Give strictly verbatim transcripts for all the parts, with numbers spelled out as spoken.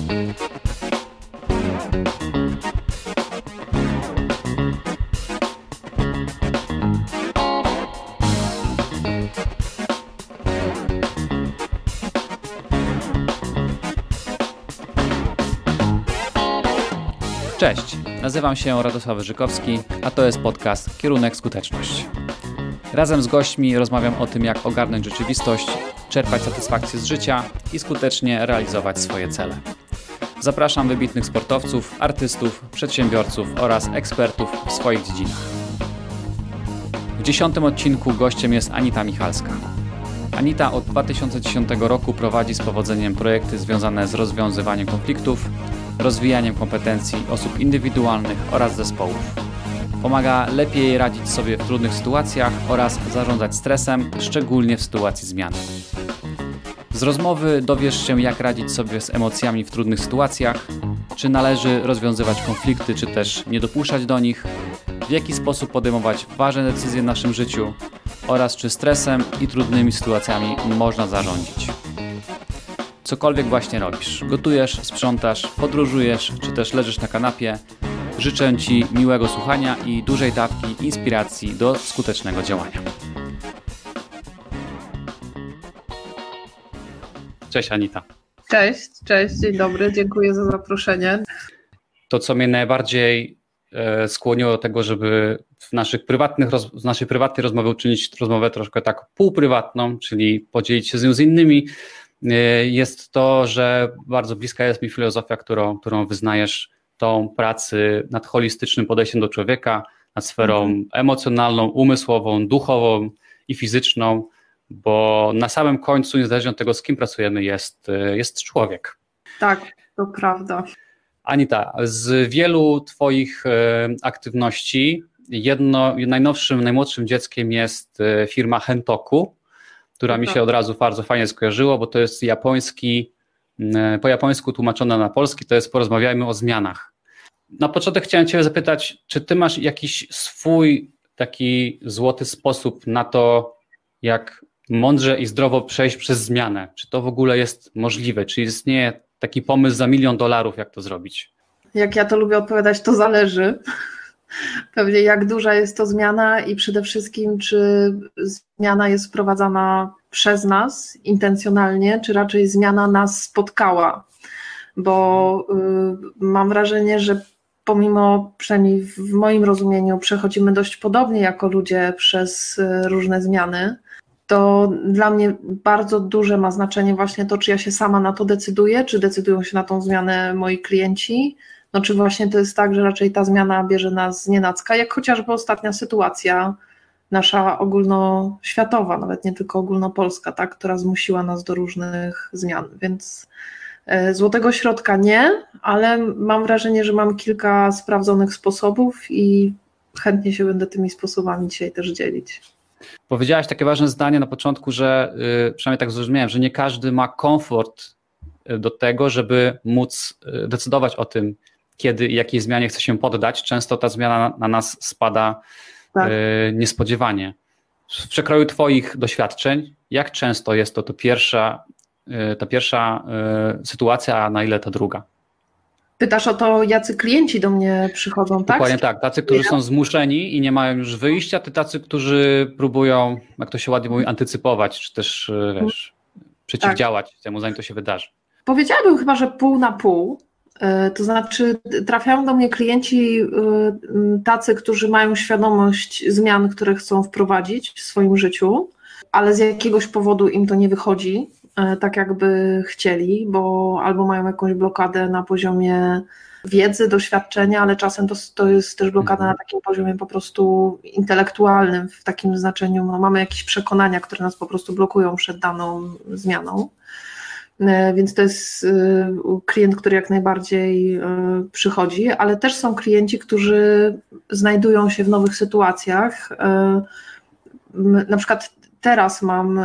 Cześć, nazywam się Radosław Wyżykowski, a to jest podcast Kierunek Skuteczność. Razem z gośćmi rozmawiam o tym, jak ogarnąć rzeczywistość, czerpać satysfakcję z życia i skutecznie realizować swoje cele. Zapraszam wybitnych sportowców, artystów, przedsiębiorców oraz ekspertów w swoich dziedzinach. W dziesiątym odcinku gościem jest Anita Michalska. Anita od dwa tysiące dziesiątego roku prowadzi z powodzeniem projekty związane z rozwiązywaniem konfliktów, rozwijaniem kompetencji osób indywidualnych oraz zespołów. Pomaga lepiej radzić sobie w trudnych sytuacjach oraz zarządzać stresem, szczególnie w sytuacji zmiany. Z rozmowy dowiesz się, jak radzić sobie z emocjami w trudnych sytuacjach, czy należy rozwiązywać konflikty, czy też nie dopuszczać do nich, w jaki sposób podejmować ważne decyzje w naszym życiu oraz czy stresem i trudnymi sytuacjami można zarządzić. Cokolwiek właśnie robisz, gotujesz, sprzątasz, podróżujesz, czy też leżysz na kanapie, życzę Ci miłego słuchania i dużej dawki inspiracji do skutecznego działania. Cześć Anita. Cześć, cześć, dzień dobry, dziękuję za zaproszenie. To, co mnie najbardziej e, skłoniło do tego, żeby w naszych prywatnych, roz, w naszej prywatnej rozmowie uczynić rozmowę troszkę tak półprywatną, czyli podzielić się z nią z innymi, jest to, że bardzo bliska jest mi filozofia, którą, którą wyznajesz, tą pracy nad holistycznym podejściem do człowieka, nad sferą mhm. emocjonalną, umysłową, duchową i fizyczną, bo na samym końcu, niezależnie od tego, z kim pracujemy, jest, jest człowiek. Tak, to prawda. Anita, z wielu Twoich aktywności jedno, najnowszym, najmłodszym dzieckiem jest firma Hentoku, która mi się od razu bardzo fajnie skojarzyło, bo to jest japoński, po japońsku tłumaczone na polski, to jest porozmawiajmy o zmianach. Na początek chciałem Cię zapytać, czy Ty masz jakiś swój taki złoty sposób na to, jak mądrze i zdrowo przejść przez zmianę? Czy to w ogóle jest możliwe? Czy istnieje taki pomysł za milion dolarów, jak to zrobić? Jak ja to lubię odpowiadać, to zależy. Pewnie jak duża jest to zmiana i przede wszystkim, czy zmiana jest wprowadzana przez nas intencjonalnie, czy raczej zmiana nas spotkała, bo y, mam wrażenie, że pomimo, przynajmniej w moim rozumieniu, przechodzimy dość podobnie jako ludzie przez y, różne zmiany, to dla mnie bardzo duże ma znaczenie właśnie to, czy ja się sama na to decyduję, czy decydują się na tą zmianę moi klienci. No czy właśnie to jest tak, że raczej ta zmiana bierze nas znienacka, jak chociażby ostatnia sytuacja nasza ogólnoświatowa, nawet nie tylko ogólnopolska, tak, która zmusiła nas do różnych zmian, więc złotego środka nie, ale mam wrażenie, że mam kilka sprawdzonych sposobów i chętnie się będę tymi sposobami dzisiaj też dzielić. Powiedziałaś takie ważne zdanie na początku, że przynajmniej tak zrozumiałem, że nie każdy ma komfort do tego, żeby móc decydować o tym, kiedy i jakiej zmianie chce się poddać. Często ta zmiana na nas spada tak. niespodziewanie. W przekroju Twoich doświadczeń, jak często jest to, to pierwsza, ta pierwsza sytuacja, a na ile ta druga? Pytasz o to, jacy klienci do mnie przychodzą, tak? Dokładnie tak. Tacy, którzy są zmuszeni i nie mają już wyjścia, ty tacy, którzy próbują, jak to się ładnie mówi, antycypować, czy też wiesz, przeciwdziałać tak. temu, zanim to się wydarzy. Powiedziałabym chyba, że pół na pół, to znaczy trafiają do mnie klienci tacy, którzy mają świadomość zmian, które chcą wprowadzić w swoim życiu, ale z jakiegoś powodu im to nie wychodzi tak, jakby chcieli, bo albo mają jakąś blokadę na poziomie wiedzy, doświadczenia, ale czasem to, to jest też blokada na takim poziomie po prostu intelektualnym, w takim znaczeniu, no mamy jakieś przekonania, które nas po prostu blokują przed daną zmianą. Więc to jest klient, który jak najbardziej przychodzi, ale też są klienci, którzy znajdują się w nowych sytuacjach. Na przykład teraz mam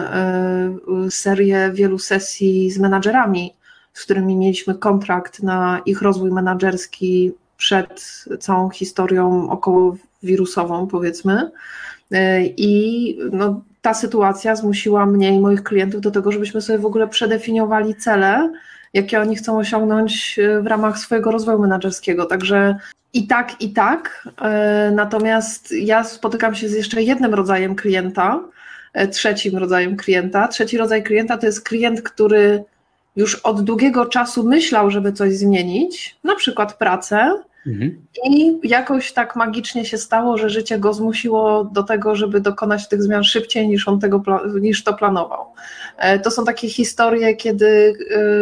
serię wielu sesji z menadżerami, z którymi mieliśmy kontrakt na ich rozwój menadżerski przed całą historią okołowirusową, powiedzmy. I no, ta sytuacja zmusiła mnie i moich klientów do tego, żebyśmy sobie w ogóle przedefiniowali cele, jakie oni chcą osiągnąć w ramach swojego rozwoju menedżerskiego. Także i tak, i tak. Natomiast ja spotykam się z jeszcze jednym rodzajem klienta, trzecim rodzajem klienta. Trzeci rodzaj klienta to jest klient, który już od długiego czasu myślał, żeby coś zmienić, na przykład pracę, mhm. i jakoś tak magicznie się stało, że życie go zmusiło do tego, żeby dokonać tych zmian szybciej niż on tego, niż to planował. To są takie historie, kiedy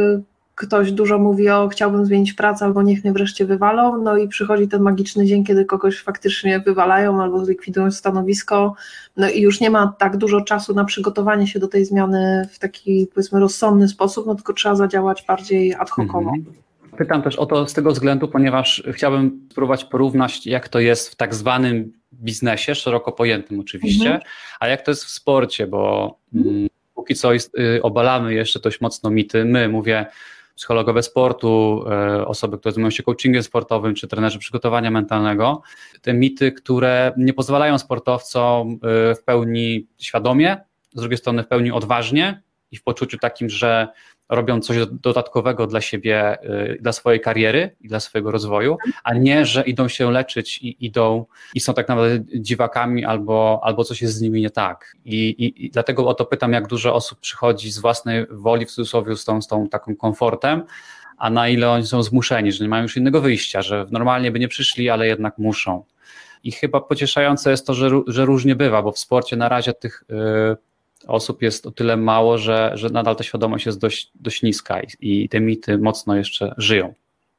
ktoś dużo mówi o chciałbym zmienić pracę albo niech mnie wreszcie wywalą, no i przychodzi ten magiczny dzień, kiedy kogoś faktycznie wywalają albo zlikwidują stanowisko, no i już nie ma tak dużo czasu na przygotowanie się do tej zmiany w taki, powiedzmy, rozsądny sposób, no tylko trzeba zadziałać bardziej ad hocowo. Mhm. Pytam też o to z tego względu, ponieważ chciałbym spróbować porównać, jak to jest w tak zwanym biznesie, szeroko pojętym oczywiście, mhm. a jak to jest w sporcie, bo mhm. póki co jest, y, obalamy jeszcze dość mocno mity. My, mówię, psychologowie sportu, y, osoby, które zajmują się coachingiem sportowym, czy trenerzy przygotowania mentalnego, te mity, które nie pozwalają sportowcom y, w pełni świadomie, z drugiej strony w pełni odważnie i w poczuciu takim, że robią coś dodatkowego dla siebie, dla swojej kariery i dla swojego rozwoju, a nie, że idą się leczyć i idą i są tak naprawdę dziwakami albo, albo coś jest z nimi nie tak. I, i, i dlatego o to pytam, jak dużo osób przychodzi z własnej woli, w cudzysłowie, z tą, z tą taką komfortem, a na ile oni są zmuszeni, że nie mają już innego wyjścia, że normalnie by nie przyszli, ale jednak muszą. I chyba pocieszające jest to, że, że różnie bywa, bo w sporcie na razie tych yy, osób jest o tyle mało, że, że nadal ta świadomość jest dość, dość niska i, i te mity mocno jeszcze żyją.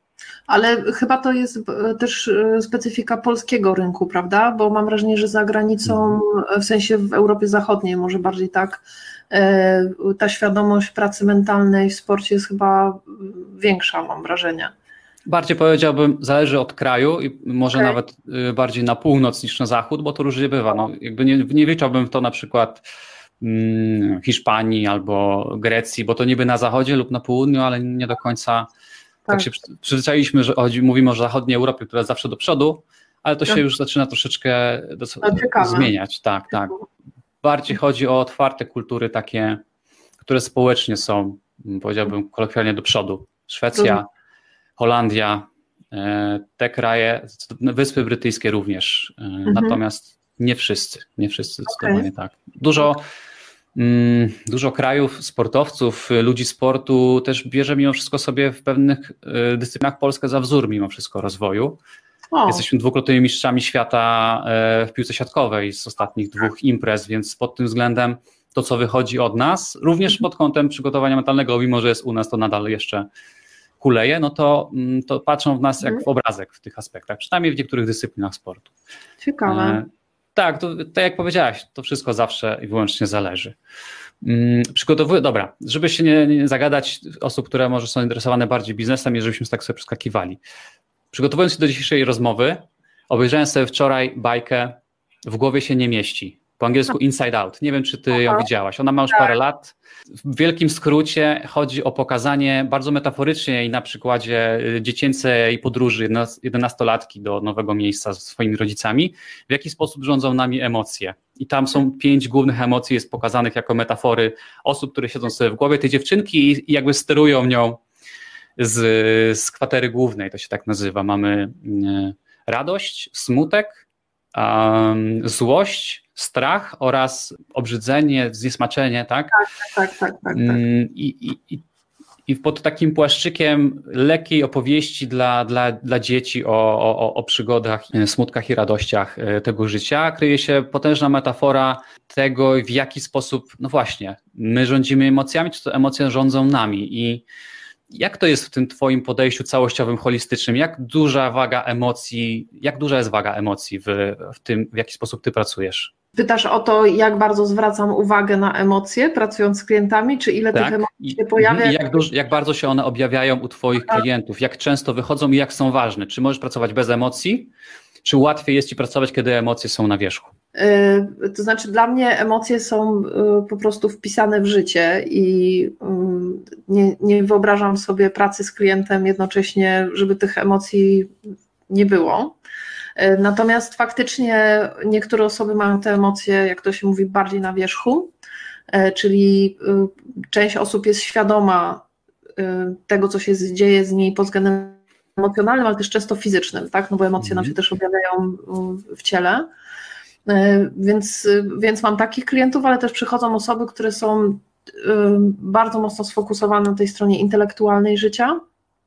Ale chyba to jest też specyfika polskiego rynku, prawda? Bo mam wrażenie, że za granicą, w sensie w Europie Zachodniej może bardziej tak, ta świadomość pracy mentalnej w sporcie jest chyba większa, mam wrażenie. Bardziej powiedziałbym, zależy od kraju i może okay. nawet bardziej na północ niż na zachód, bo to różnie bywa. No, jakby nie, nie wliczałbym w to na przykład Hiszpanii albo Grecji, bo to niby na zachodzie lub na południu, ale nie do końca tak, tak się przyzwyczailiśmy, że chodzi, mówimy o zachodniej Europie, która jest zawsze do przodu, ale to się tak. już zaczyna troszeczkę do, zmieniać. Tak, tak. Bardziej chodzi o otwarte kultury takie, które społecznie są, powiedziałbym kolokwialnie, do przodu. Szwecja, mhm. Holandia, te kraje, Wyspy Brytyjskie również, mhm. natomiast nie wszyscy, nie wszyscy zdecydowanie okay. tak. Dużo Dużo krajów, sportowców, ludzi sportu też bierze mimo wszystko sobie w pewnych dyscyplinach Polskę za wzór mimo wszystko rozwoju. O. Jesteśmy dwukrotnymi mistrzami świata w piłce siatkowej z ostatnich dwóch imprez, więc pod tym względem to, co wychodzi od nas, również pod kątem przygotowania mentalnego, mimo że jest u nas, to nadal jeszcze kuleje, no to, to patrzą w nas jak w obrazek w tych aspektach, przynajmniej w niektórych dyscyplinach sportu. Ciekawe. Tak, to, tak jak powiedziałaś, to wszystko zawsze i wyłącznie zależy. Przygotowuję, dobra, żeby się nie, nie zagadać osób, które może są interesowane bardziej biznesem i żebyśmy tak sobie przeskakiwali. Przygotowując się do dzisiejszej rozmowy, obejrzałem sobie wczoraj bajkę W głowie się nie mieści. Po angielsku Inside Out. Nie wiem, czy ty ją widziałaś. Ona ma już parę lat. W wielkim skrócie chodzi o pokazanie bardzo metaforycznie i na przykładzie dziecięcej podróży jedenastolatki do nowego miejsca z swoimi rodzicami, w jaki sposób rządzą nami emocje. I tam są pięć głównych emocji, jest pokazanych jako metafory osób, które siedzą sobie w głowie tej dziewczynki i jakby sterują nią z, z kwatery głównej, to się tak nazywa. Mamy radość, smutek, um, złość, strach oraz obrzydzenie, zniesmaczenie, tak? Tak, tak, tak, tak, tak. I, i, i pod takim płaszczykiem lekkiej opowieści dla, dla, dla dzieci o, o, o przygodach, smutkach i radościach tego życia kryje się potężna metafora tego, w jaki sposób, no właśnie, my rządzimy emocjami, czy to emocje rządzą nami. I jak to jest w tym twoim podejściu całościowym, holistycznym? Jak duża waga emocji, jak duża jest waga emocji w, w tym, w jaki sposób ty pracujesz? Pytasz o to, jak bardzo zwracam uwagę na emocje, pracując z klientami, czy ile tak. tych emocji się pojawia? I jak, duż, jak bardzo się one objawiają u twoich tak. klientów? Jak często wychodzą i jak są ważne? Czy możesz pracować bez emocji? Czy łatwiej jest ci pracować, kiedy emocje są na wierzchu? Yy, to znaczy dla mnie emocje są yy, po prostu wpisane w życie i yy, nie, nie wyobrażam sobie pracy z klientem jednocześnie, żeby tych emocji nie było. Natomiast faktycznie niektóre osoby mają te emocje, jak to się mówi, bardziej na wierzchu, czyli część osób jest świadoma tego, co się dzieje z niej pod względem emocjonalnym, ale też często fizycznym, tak? No bo emocje nam się też objawiają w ciele. Więc, więc mam takich klientów, ale też przychodzą osoby, które są bardzo mocno sfokusowane na tej stronie intelektualnej życia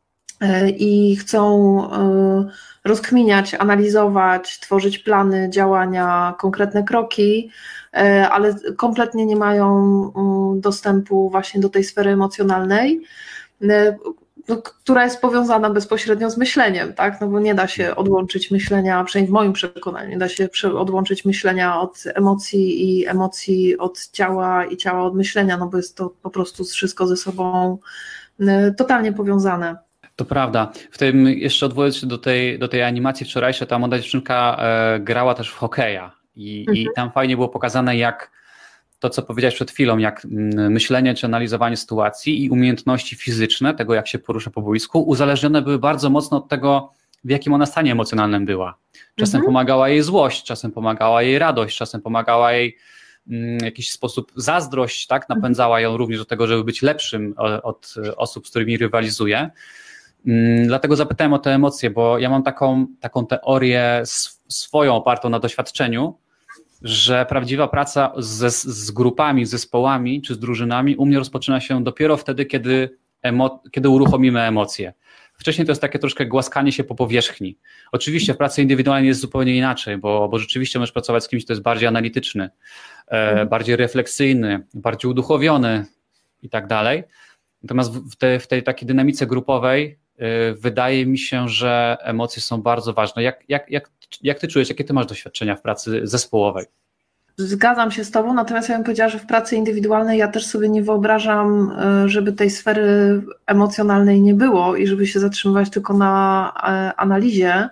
i chcą rozkminiać, analizować, tworzyć plany działania, konkretne kroki, ale kompletnie nie mają dostępu właśnie do tej sfery emocjonalnej, która jest powiązana bezpośrednio z myśleniem, tak? No bo nie da się odłączyć myślenia, przynajmniej w moim przekonaniu, nie da się odłączyć myślenia od emocji i emocji od ciała i ciała od myślenia, no bo jest to po prostu wszystko ze sobą totalnie powiązane. To prawda. W tym jeszcze odwołując się do tej, do tej animacji wczorajszej, ta młoda dziewczynka e, grała też w hokeja i, mhm. i tam fajnie było pokazane, jak to, co powiedziałeś przed chwilą, jak myślenie czy analizowanie sytuacji i umiejętności fizyczne, tego jak się porusza po boisku, uzależnione były bardzo mocno od tego, w jakim ona stanie emocjonalnym była. Czasem mhm. pomagała jej złość, czasem pomagała jej radość, czasem pomagała jej w jakiś sposób zazdrość, tak? Napędzała ją również do tego, żeby być lepszym od osób, z którymi rywalizuje. Dlatego zapytałem o te emocje, bo ja mam taką, taką teorię swoją opartą na doświadczeniu, że prawdziwa praca ze, z grupami, z zespołami czy z drużynami u mnie rozpoczyna się dopiero wtedy, kiedy, emo, kiedy uruchomimy emocje. Wcześniej to jest takie troszkę głaskanie się po powierzchni. Oczywiście w pracy indywidualnej jest zupełnie inaczej, bo, bo rzeczywiście możesz pracować z kimś, kto jest bardziej analityczny, e, bardziej refleksyjny, bardziej uduchowiony i tak dalej. Natomiast w, te, w tej takiej dynamice grupowej e, wydaje mi się, że emocje są bardzo ważne. Jak, jak, jak, jak ty czujesz, jakie ty masz doświadczenia w pracy zespołowej? Zgadzam się z tobą, natomiast ja bym powiedziała, że w pracy indywidualnej ja też sobie nie wyobrażam, żeby tej sfery emocjonalnej nie było i żeby się zatrzymywać tylko na analizie.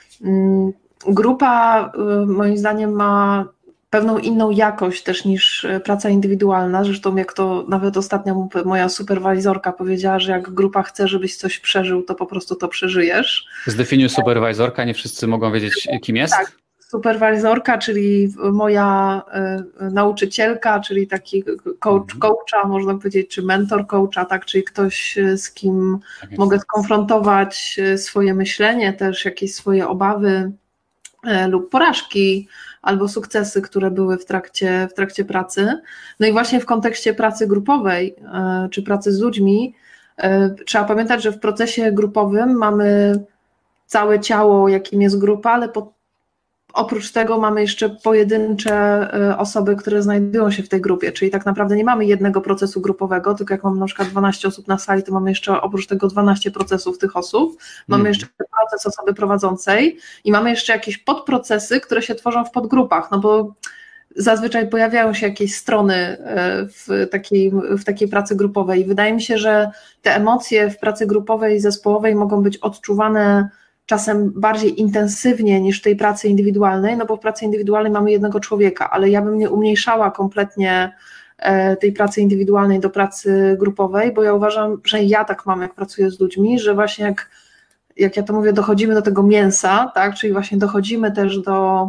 Grupa moim zdaniem ma pewną inną jakość też niż praca indywidualna, zresztą jak to nawet ostatnio moja superwizorka powiedziała, że jak grupa chce, żebyś coś przeżył, to po prostu to przeżyjesz. Zdefiniuj superwizorka, nie wszyscy mogą wiedzieć, kim jest. Tak. Superwizorka, czyli moja y, nauczycielka, czyli taki coach coacha, można powiedzieć, czy mentor coacha, tak, czyli ktoś, z kim tak mogę skonfrontować swoje myślenie, też jakieś swoje obawy y, lub porażki, albo sukcesy, które były w trakcie, w trakcie pracy. No i właśnie w kontekście pracy grupowej, y, czy pracy z ludźmi, y, trzeba pamiętać, że w procesie grupowym mamy całe ciało, jakim jest grupa, ale po oprócz tego mamy jeszcze pojedyncze osoby, które znajdują się w tej grupie, czyli tak naprawdę nie mamy jednego procesu grupowego, tylko jak mamy na przykład dwanaście osób na sali, to mamy jeszcze oprócz tego dwanaście procesów tych osób, mamy jeszcze proces osoby prowadzącej i mamy jeszcze jakieś podprocesy, które się tworzą w podgrupach, no bo zazwyczaj pojawiają się jakieś strony w takiej, w takiej pracy grupowej i wydaje mi się, że te emocje w pracy grupowej i zespołowej mogą być odczuwane czasem bardziej intensywnie niż w tej pracy indywidualnej, no bo w pracy indywidualnej mamy jednego człowieka, ale ja bym nie umniejszała kompletnie tej pracy indywidualnej do pracy grupowej, bo ja uważam, że ja tak mam, jak pracuję z ludźmi, że właśnie jak, jak ja to mówię, dochodzimy do tego mięsa, tak, czyli właśnie dochodzimy też do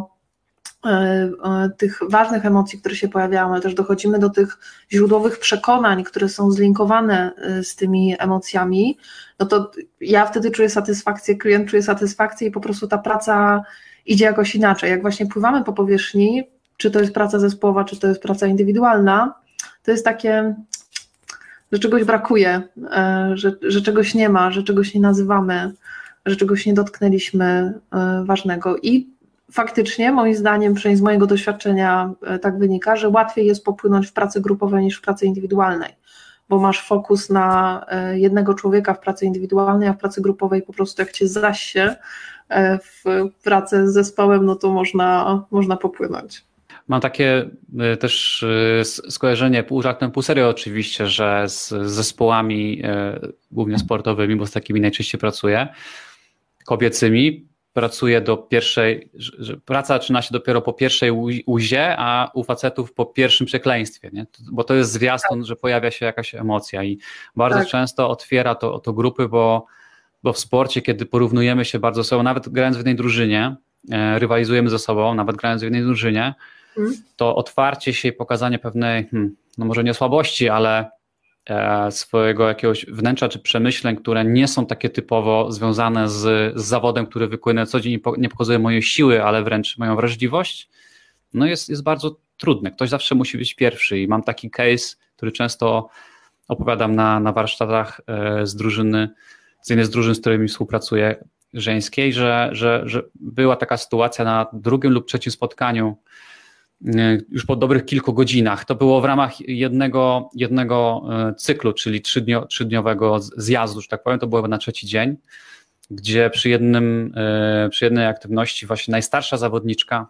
tych ważnych emocji, które się pojawiają, ale też dochodzimy do tych źródłowych przekonań, które są zlinkowane z tymi emocjami, no to ja wtedy czuję satysfakcję, klient czuje satysfakcję i po prostu ta praca idzie jakoś inaczej. Jak właśnie pływamy po powierzchni, czy to jest praca zespołowa, czy to jest praca indywidualna, to jest takie, że czegoś brakuje, że, że czegoś nie ma, że czegoś nie nazywamy, że czegoś nie dotknęliśmy ważnego i faktycznie, moim zdaniem, przynajmniej z mojego doświadczenia tak wynika, że łatwiej jest popłynąć w pracy grupowej niż w pracy indywidualnej, bo masz fokus na jednego człowieka w pracy indywidualnej, a w pracy grupowej po prostu jak cię zasie w pracę z zespołem, no to można, można popłynąć. Mam takie też skojarzenie, pół żartem, pół serio oczywiście, że z zespołami głównie sportowymi, bo z takimi najczęściej pracuję, kobiecymi, pracuje do pierwszej, że praca zaczyna się dopiero po pierwszej łzie, a u facetów po pierwszym przekleństwie, nie? Bo to jest zwiastun, tak, że pojawia się jakaś emocja i bardzo tak. często otwiera to, to grupy, bo, bo w sporcie, kiedy porównujemy się bardzo sobą, nawet grając w jednej drużynie, rywalizujemy ze sobą, nawet grając w jednej drużynie, hmm. to otwarcie się i pokazanie pewnej, hmm, no może nie słabości, ale swojego jakiegoś wnętrza czy przemyśleń, które nie są takie typowo związane z, z zawodem, który wykonuje na co dzień, nie pokazuje mojej siły, ale wręcz moją wrażliwość, no jest, jest bardzo trudne. Ktoś zawsze musi być pierwszy i mam taki case, który często opowiadam na, na warsztatach z drużyny, z jednej z drużyn, z którymi współpracuję, żeńskiej, że, że, że była taka sytuacja na drugim lub trzecim spotkaniu już po dobrych kilku godzinach. To było w ramach jednego, jednego cyklu, czyli trzydnio, trzydniowego zjazdu, że tak powiem, to było na trzeci dzień, gdzie przy, jednym, przy jednej aktywności właśnie najstarsza zawodniczka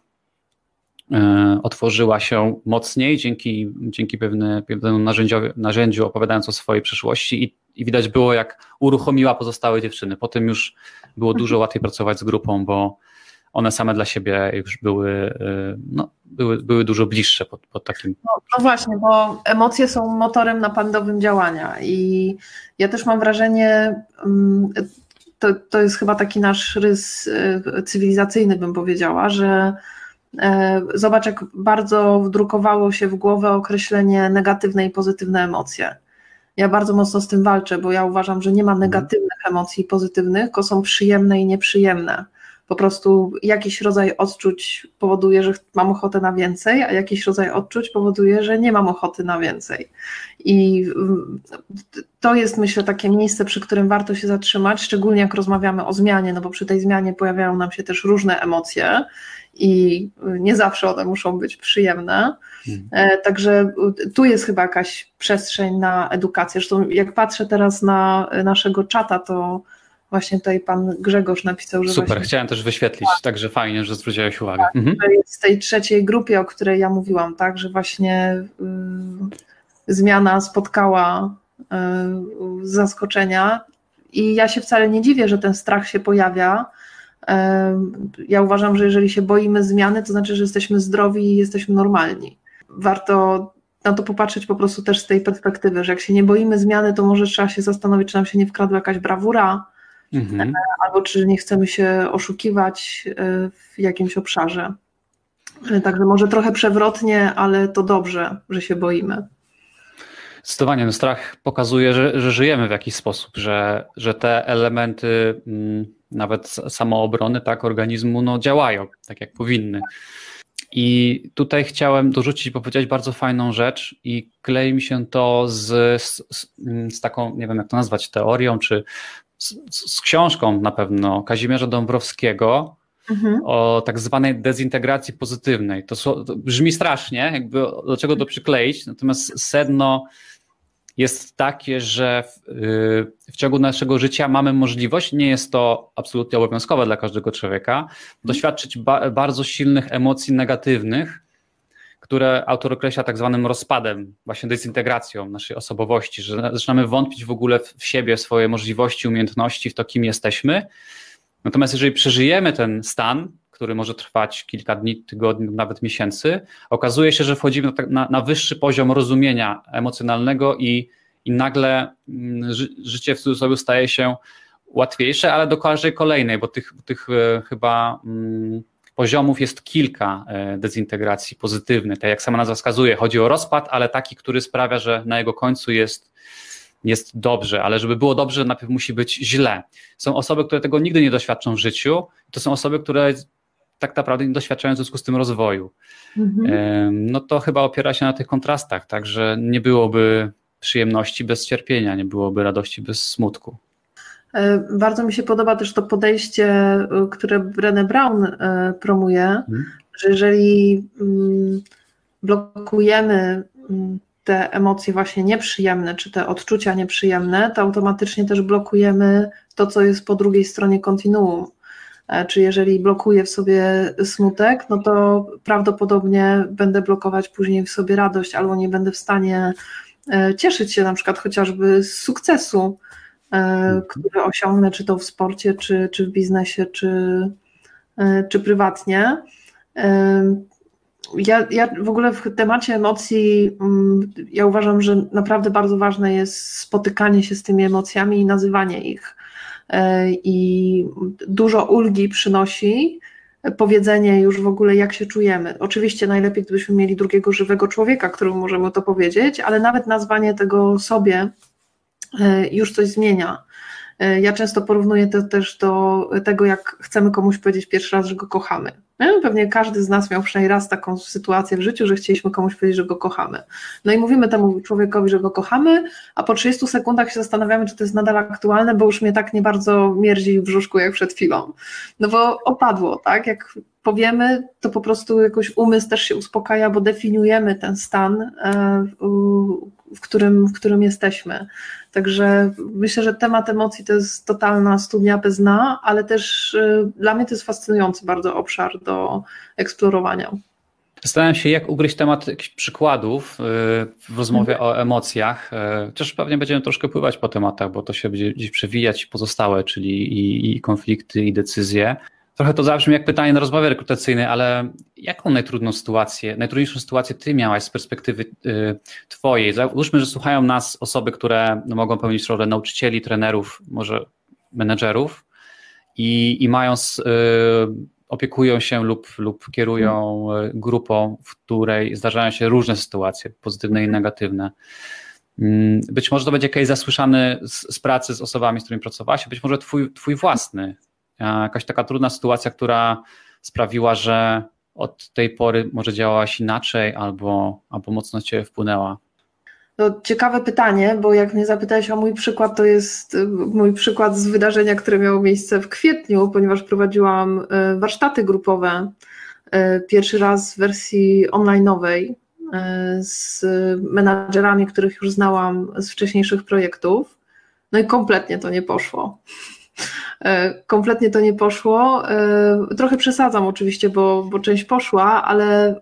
otworzyła się mocniej dzięki, dzięki pewne, pewnemu narzędziu, opowiadając o swojej przeszłości i, i widać było, jak uruchomiła pozostałe dziewczyny. Potem już było dużo łatwiej pracować z grupą, bo one same dla siebie już były, no, były, były dużo bliższe pod, pod takim... No, no właśnie, bo emocje są motorem napędowym działania i ja też mam wrażenie, to, to jest chyba taki nasz rys cywilizacyjny, bym powiedziała, że zobacz, jak bardzo wdrukowało się w głowę określenie negatywne i pozytywne emocje. Ja bardzo mocno z tym walczę, bo ja uważam, że nie ma negatywnych emocji i pozytywnych, tylko są przyjemne i nieprzyjemne. Po prostu jakiś rodzaj odczuć powoduje, że mam ochotę na więcej, a jakiś rodzaj odczuć powoduje, że nie mam ochoty na więcej. I to jest, myślę, takie miejsce, przy którym warto się zatrzymać, szczególnie jak rozmawiamy o zmianie, no bo przy tej zmianie pojawiają nam się też różne emocje i nie zawsze one muszą być przyjemne. Hmm. Także tu jest chyba jakaś przestrzeń na edukację. Zresztą jak patrzę teraz na naszego czata, to właśnie tutaj pan Grzegorz napisał, że super, właśnie... chciałem też wyświetlić, tak. Także fajnie, że zwróciłeś uwagę. Tak, mhm. że jest w tej trzeciej grupie, o której ja mówiłam, tak, że właśnie y, zmiana spotkała y, zaskoczenia i ja się wcale nie dziwię, że ten strach się pojawia. Y, ja uważam, że jeżeli się boimy zmiany, to znaczy, że jesteśmy zdrowi i jesteśmy normalni. Warto na to popatrzeć po prostu też z tej perspektywy, że jak się nie boimy zmiany, to może trzeba się zastanowić, czy nam się nie wkradła jakaś brawura, mhm. albo czy nie chcemy się oszukiwać w jakimś obszarze. Także może trochę przewrotnie, ale to dobrze, że się boimy. Zdecydowanie, no strach pokazuje, że, że żyjemy w jakiś sposób, że, że te elementy m, nawet samoobrony tak, organizmu no, działają tak, jak powinny. I tutaj chciałem dorzucić, bo powiedziałeś bardzo fajną rzecz i klei mi się to z, z, z taką, nie wiem jak to nazwać, teorią, czy z, z książką na pewno Kazimierza Dąbrowskiego mhm. o tak zwanej dezintegracji pozytywnej. To, to brzmi strasznie, jakby do czego to przykleić, natomiast sedno jest takie, że w, w ciągu naszego życia mamy możliwość, nie jest to absolutnie obowiązkowe dla każdego człowieka, doświadczyć ba- bardzo silnych emocji negatywnych, które autor określa tak zwanym rozpadem, właśnie dezintegracją naszej osobowości, że zaczynamy wątpić w ogóle w siebie, w swoje możliwości, umiejętności, w to, kim jesteśmy. Natomiast jeżeli przeżyjemy ten stan, który może trwać kilka dni, tygodni, nawet miesięcy, okazuje się, że wchodzimy na, na, na wyższy poziom rozumienia emocjonalnego i, i nagle ży, życie w cudzysłowie staje się łatwiejsze, ale do każdej kolejnej, bo tych, tych e, chyba mm, poziomów jest kilka e, dezintegracji pozytywnych. Tak jak sama nazwa wskazuje, chodzi o rozpad, ale taki, który sprawia, że na jego końcu jest jest dobrze, ale żeby było dobrze, najpierw musi być źle. Są osoby, które tego nigdy nie doświadczą w życiu, to są osoby, które tak naprawdę nie doświadczają w związku z tym rozwoju. Mhm. No to chyba opiera się na tych kontrastach, tak, że nie byłoby przyjemności bez cierpienia, nie byłoby radości bez smutku. Bardzo mi się podoba też to podejście, które Brené Brown promuje, mhm. że jeżeli blokujemy te emocje właśnie nieprzyjemne, czy te odczucia nieprzyjemne, to automatycznie też blokujemy to, co jest po drugiej stronie kontinuum. Czy jeżeli blokuję w sobie smutek, no to prawdopodobnie będę blokować później w sobie radość, albo nie będę w stanie cieszyć się na przykład chociażby z sukcesu, który osiągnę, czy to w sporcie, czy, czy w biznesie, czy, czy prywatnie. Ja, ja w ogóle w temacie emocji, ja uważam, że naprawdę bardzo ważne jest spotykanie się z tymi emocjami i nazywanie ich. I dużo ulgi przynosi powiedzenie już w ogóle, jak się czujemy. Oczywiście najlepiej, gdybyśmy mieli drugiego żywego człowieka, któremu możemy to powiedzieć, ale nawet nazwanie tego sobie już coś zmienia. Ja często porównuję to też do tego, jak chcemy komuś powiedzieć pierwszy raz, że go kochamy. Pewnie każdy z nas miał przynajmniej raz taką sytuację w życiu, że chcieliśmy komuś powiedzieć, że go kochamy. No i mówimy temu człowiekowi, że go kochamy, a po trzydziestu sekundach się zastanawiamy, czy to jest nadal aktualne, bo już mnie tak nie bardzo mierzi w brzuszku jak przed chwilą. No bo opadło, tak? Jak powiemy, to po prostu jakoś umysł też się uspokaja, bo definiujemy ten stan, w którym, w którym jesteśmy. Także myślę, że temat emocji to jest totalna studnia bez dna, ale też dla mnie to jest fascynujący bardzo obszar do eksplorowania. Zastanawiam się, jak ugryźć temat jakichś przykładów w rozmowie mhm. o emocjach. Chociaż pewnie będziemy troszkę pływać po tematach, bo to się będzie gdzieś przewijać pozostałe, czyli i, i konflikty, i decyzje. Trochę to zabrzmi jak pytanie na rozmowie rekrutacyjnej, ale jaką najtrudną sytuację, najtrudniejszą sytuację ty miałaś z perspektywy y, twojej? Załóżmy, że słuchają nas osoby, które no, mogą pełnić rolę nauczycieli, trenerów, może menedżerów i, i mają, y, opiekują się lub, lub kierują grupą, w której zdarzają się różne sytuacje, pozytywne i negatywne. Być może to będzie case zasłyszany z, z pracy z osobami, z którymi pracowałaś, a być może twój, twój własny. Jakaś taka trudna sytuacja, która sprawiła, że od tej pory może działałaś inaczej albo, albo mocno cię wpłynęła? To ciekawe pytanie, bo jak mnie zapytałeś o mój przykład, to jest mój przykład z wydarzenia, które miało miejsce w kwietniu, ponieważ prowadziłam warsztaty grupowe, pierwszy raz w wersji online'owej z menadżerami, których już znałam z wcześniejszych projektów, no i kompletnie to nie poszło. Kompletnie to nie poszło. Trochę przesadzam oczywiście, bo, bo część poszła, ale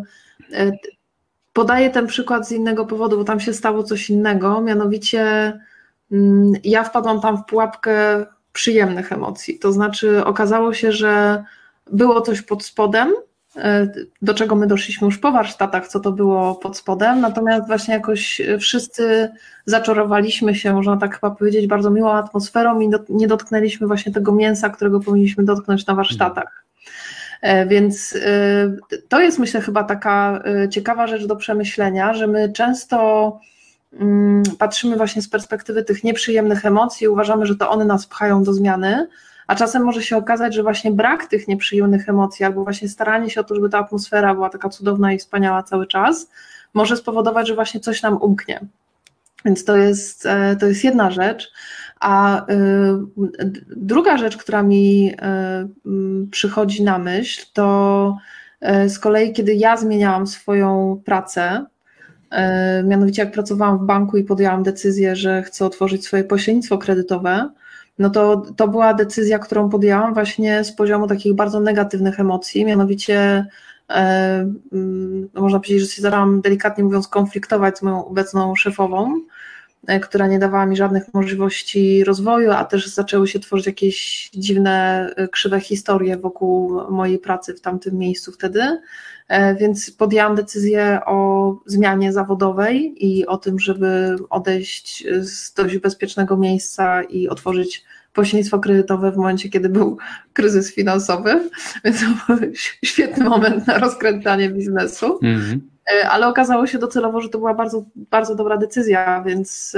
podaję ten przykład z innego powodu, bo tam się stało coś innego, mianowicie ja wpadłam tam w pułapkę przyjemnych emocji, to znaczy okazało się, że było coś pod spodem, do czego my doszliśmy już po warsztatach, co to było pod spodem, natomiast właśnie jakoś wszyscy zaczarowaliśmy się, można tak chyba powiedzieć, bardzo miłą atmosferą i nie dotknęliśmy właśnie tego mięsa, którego powinniśmy dotknąć na warsztatach. Więc to jest, myślę, chyba taka ciekawa rzecz do przemyślenia, że my często patrzymy właśnie z perspektywy tych nieprzyjemnych emocji, uważamy, że to one nas pchają do zmiany, a czasem może się okazać, że właśnie brak tych nieprzyjemnych emocji albo właśnie staranie się o to, żeby ta atmosfera była taka cudowna i wspaniała cały czas, może spowodować, że właśnie coś nam umknie. Więc to jest, to jest jedna rzecz. A druga rzecz, która mi przychodzi na myśl, to z kolei, kiedy ja zmieniałam swoją pracę, mianowicie jak pracowałam w banku i podjęłam decyzję, że chcę otworzyć swoje pośrednictwo kredytowe, no to, to była decyzja, którą podjęłam właśnie z poziomu takich bardzo negatywnych emocji, mianowicie no można powiedzieć, że się zaczęłam, delikatnie mówiąc, konfliktować z moją obecną szefową, która nie dawała mi żadnych możliwości rozwoju, a też zaczęły się tworzyć jakieś dziwne, krzywe historie wokół mojej pracy w tamtym miejscu wtedy, więc podjęłam decyzję o zmianie zawodowej i o tym, żeby odejść z dość bezpiecznego miejsca i otworzyć pośrednictwo kredytowe w momencie, kiedy był kryzys finansowy, więc to był świetny moment na rozkręcanie biznesu. Mm-hmm. Ale okazało się docelowo, że to była bardzo, bardzo dobra decyzja, więc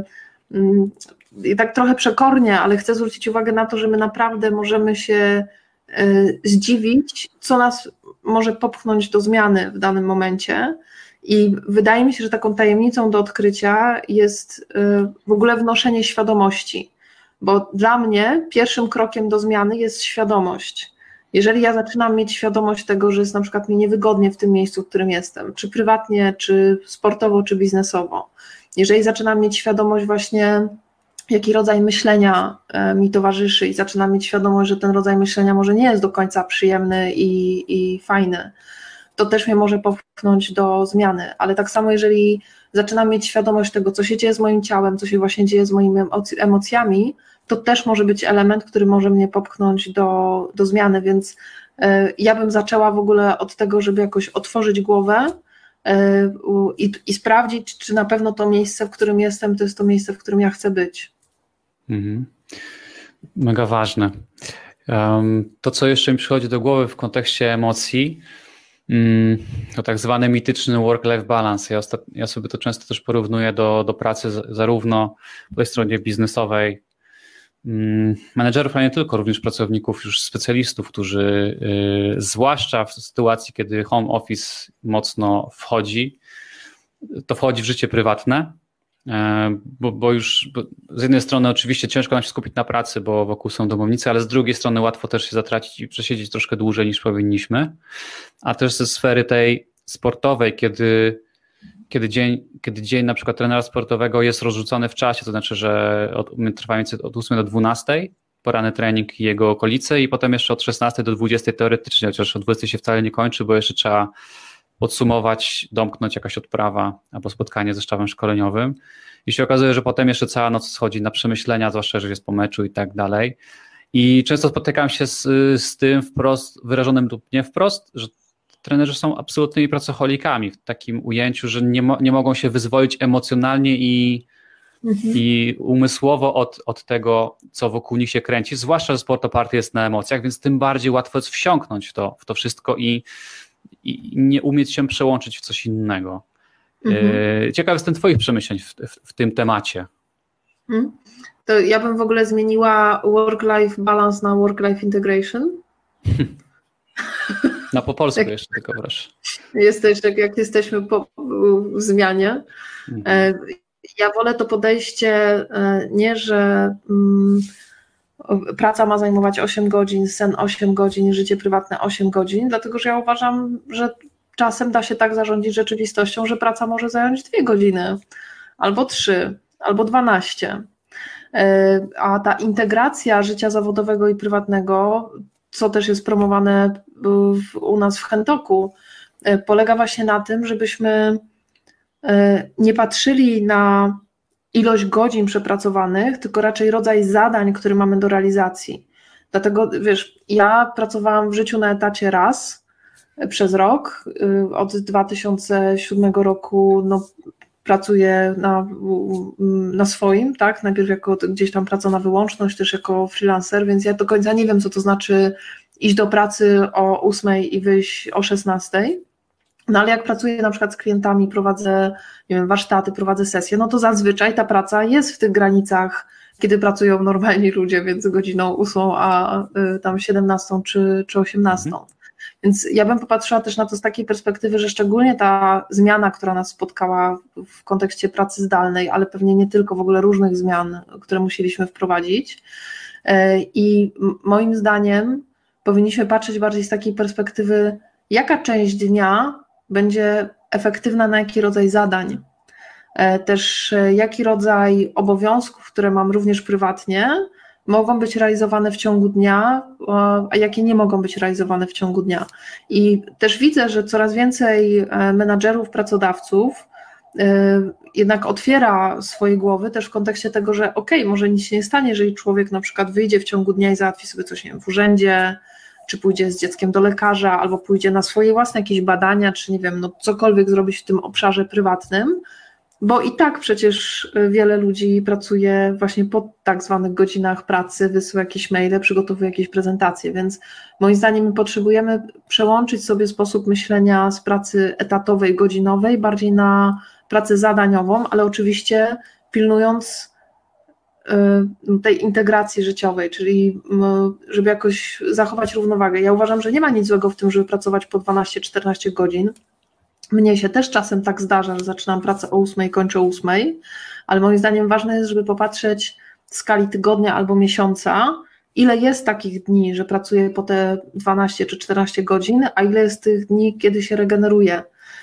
i tak trochę przekornie, ale chcę zwrócić uwagę na to, że my naprawdę możemy się zdziwić, co nas może popchnąć do zmiany w danym momencie i wydaje mi się, że taką tajemnicą do odkrycia jest w ogóle wnoszenie świadomości, bo dla mnie pierwszym krokiem do zmiany jest świadomość. Jeżeli ja zaczynam mieć świadomość tego, że jest na przykład mi niewygodnie w tym miejscu, w którym jestem, czy prywatnie, czy sportowo, czy biznesowo, jeżeli zaczynam mieć świadomość właśnie, jaki rodzaj myślenia mi towarzyszy i zaczynam mieć świadomość, że ten rodzaj myślenia może nie jest do końca przyjemny i, i fajny, to też mnie może popchnąć do zmiany, ale tak samo jeżeli zaczynam mieć świadomość tego, co się dzieje z moim ciałem, co się właśnie dzieje z moimi emocjami, to też może być element, który może mnie popchnąć do, do zmiany, więc ja bym zaczęła w ogóle od tego, żeby jakoś otworzyć głowę i, i sprawdzić, czy na pewno to miejsce, w którym jestem, to jest to miejsce, w którym ja chcę być. Mhm. Mega ważne. To, co jeszcze mi przychodzi do głowy w kontekście emocji, to tak zwany mityczny work-life balance. Ja, ostat... ja sobie to często też porównuję do, do pracy zarówno po tej stronie biznesowej, menedżerów, ale nie tylko, również pracowników, już specjalistów, którzy yy, zwłaszcza w sytuacji, kiedy home office mocno wchodzi, to wchodzi w życie prywatne, yy, bo, bo już bo z jednej strony oczywiście ciężko nam się skupić na pracy, bo wokół są domownicy, ale z drugiej strony łatwo też się zatracić i przesiedzieć troszkę dłużej niż powinniśmy, a też ze sfery tej sportowej, kiedy Kiedy dzień, kiedy dzień na przykład trenera sportowego jest rozrzucony w czasie, to znaczy, że od, trwa od ósmej do dwunastej, poranny trening i jego okolice i potem jeszcze od szesnastej do dwudziestej teoretycznie, chociaż od dwudziestej się wcale nie kończy, bo jeszcze trzeba podsumować, domknąć jakaś odprawa albo spotkanie ze sztabem szkoleniowym i się okazuje, że potem jeszcze cała noc schodzi na przemyślenia, zwłaszcza, że jest po meczu i tak dalej. I często spotykam się z, z tym wprost, wyrażonym lub nie wprost, że trenerzy są absolutnymi pracocholikami w takim ujęciu, że nie, mo- nie mogą się wyzwolić emocjonalnie i, mhm. i umysłowo od, od tego, co wokół nich się kręci, zwłaszcza, że sport oparty jest na emocjach, więc tym bardziej łatwo jest wsiąknąć w to, w to wszystko i, i nie umieć się przełączyć w coś innego. Mhm. Ciekaw jestem twoich przemyśleń w, w, w tym temacie. Mhm. To ja bym w ogóle zmieniła work-life balance na work-life integration. No po polsku jak, jeszcze tylko proszę. Jesteś, jak, jak jesteśmy po w zmianie. Mhm. Ja wolę to podejście nie, że um, praca ma zajmować osiem godzin, sen osiem godzin, życie prywatne osiem godzin, dlatego że ja uważam, że czasem da się tak zarządzić rzeczywistością, że praca może zająć dwie godziny, albo trzy, albo dwanaście. A ta integracja życia zawodowego i prywatnego, co też jest promowane w, u nas w Hentoku, polega właśnie na tym, żebyśmy nie patrzyli na ilość godzin przepracowanych, tylko raczej rodzaj zadań, które mamy do realizacji. Dlatego, wiesz, ja pracowałam w życiu na etacie raz przez rok. Od dwa tysiące siódmego roku no, pracuję na, na swoim, tak? Najpierw jako gdzieś tam praca na wyłączność, też jako freelancer, więc ja do końca nie wiem, co to znaczy iść do pracy o ósmej i wyjść o szesnastej. No ale jak pracuję na przykład z klientami, prowadzę, nie wiem, warsztaty, prowadzę sesje, no to zazwyczaj ta praca jest w tych granicach, kiedy pracują normalni ludzie, między godziną ósmą a y, tam siedemnastą czy, czy osiemnastą. Mhm. Więc ja bym popatrzyła też na to z takiej perspektywy, że szczególnie ta zmiana, która nas spotkała w kontekście pracy zdalnej, ale pewnie nie tylko, w ogóle różnych zmian, które musieliśmy wprowadzić. I moim zdaniem powinniśmy patrzeć bardziej z takiej perspektywy, jaka część dnia będzie efektywna na jaki rodzaj zadań. Też jaki rodzaj obowiązków, które mam również prywatnie, mogą być realizowane w ciągu dnia, a jakie nie mogą być realizowane w ciągu dnia. I też widzę, że coraz więcej menadżerów, pracodawców jednak otwiera swoje głowy też w kontekście tego, że okej, okay, może nic się nie stanie, jeżeli człowiek na przykład wyjdzie w ciągu dnia i załatwi sobie coś, nie wiem, w urzędzie, czy pójdzie z dzieckiem do lekarza, albo pójdzie na swoje własne jakieś badania, czy nie wiem, no cokolwiek zrobić w tym obszarze prywatnym, bo i tak przecież wiele ludzi pracuje właśnie po tak zwanych godzinach pracy, wysyła jakieś maile, przygotowuje jakieś prezentacje, więc moim zdaniem my potrzebujemy przełączyć sobie sposób myślenia z pracy etatowej, godzinowej bardziej na pracę zadaniową, ale oczywiście pilnując tej integracji życiowej, czyli żeby jakoś zachować równowagę. Ja uważam, że nie ma nic złego w tym, żeby pracować po dwanaście czternaście godzin. Mnie się też czasem tak zdarza, że zaczynam pracę o ósmej, kończę o ósmej, ale moim zdaniem ważne jest, żeby popatrzeć w skali tygodnia albo miesiąca, ile jest takich dni, że pracuję po te dwanaście czy czternaście godzin, a ile jest tych dni, kiedy się regeneruję.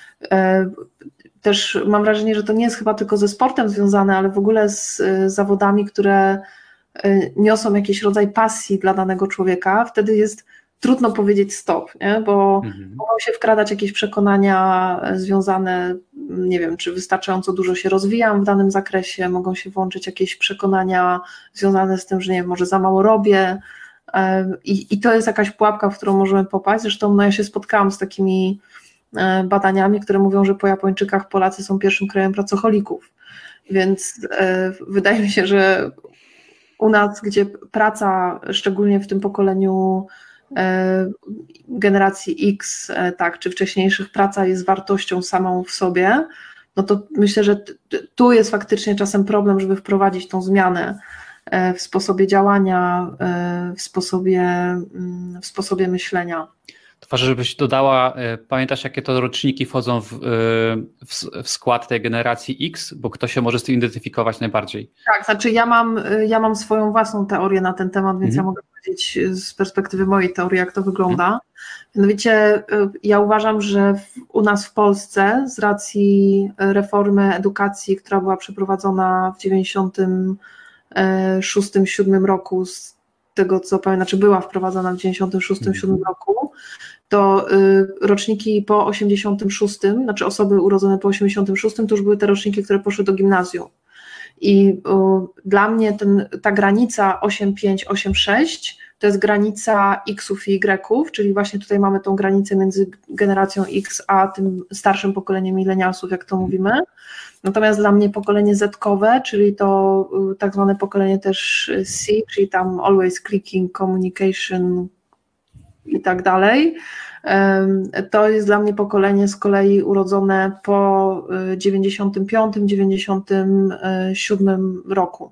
Też mam wrażenie, że to nie jest chyba tylko ze sportem związane, ale w ogóle z zawodami, które niosą jakiś rodzaj pasji dla danego człowieka. Wtedy jest trudno powiedzieć stop, nie? Bo mhm. mogą się wkradać jakieś przekonania związane, nie wiem, czy wystarczająco dużo się rozwijam w danym zakresie, mogą się włączyć jakieś przekonania związane z tym, że nie wiem, może za mało robię i, i to jest jakaś pułapka, w którą możemy popaść. Zresztą no, ja się spotkałam z takimi badaniami, które mówią, że po Japończykach Polacy są pierwszym krajem pracocholików, więc wydaje mi się, że u nas, gdzie praca, szczególnie w tym pokoleniu generacji X, tak, czy wcześniejszych, praca jest wartością samą w sobie, no to myślę, że tu jest faktycznie czasem problem, żeby wprowadzić tą zmianę w sposobie działania, w sposobie, w sposobie myślenia. To ważne, żebyś dodała, pamiętasz, jakie to roczniki wchodzą w, w, w skład tej generacji X, bo kto się może z tym identyfikować najbardziej? Tak, znaczy ja mam, ja mam swoją własną teorię na ten temat, więc mhm. ja mogę powiedzieć z perspektywy mojej teorii, jak to wygląda. Mhm. Mianowicie ja uważam, że w, u nas w Polsce z racji reformy edukacji, która była przeprowadzona w dziewięćdziesiątym szóstym siódmym roku, z tego co pamiętam, znaczy była wprowadzona w dziewięćdziesiątym szóstym siódmym roku, to roczniki po osiemdziesiątym szóstym, znaczy osoby urodzone po osiemdziesiątym szóstym, to już były te roczniki, które poszły do gimnazjum. I dla mnie ten, ta granica osiem pięć osiem sześć to jest granica X-ów i Y-ów, czyli właśnie tutaj mamy tą granicę między generacją X a tym starszym pokoleniem milenialsów, jak to mówimy. Natomiast dla mnie pokolenie Z-kowe, czyli to tak zwane pokolenie też C, czyli tam always clicking, communication i tak dalej, to jest dla mnie pokolenie z kolei urodzone po dziewięćdziesiątym piątym dziewięćdziesiątym siódmym roku.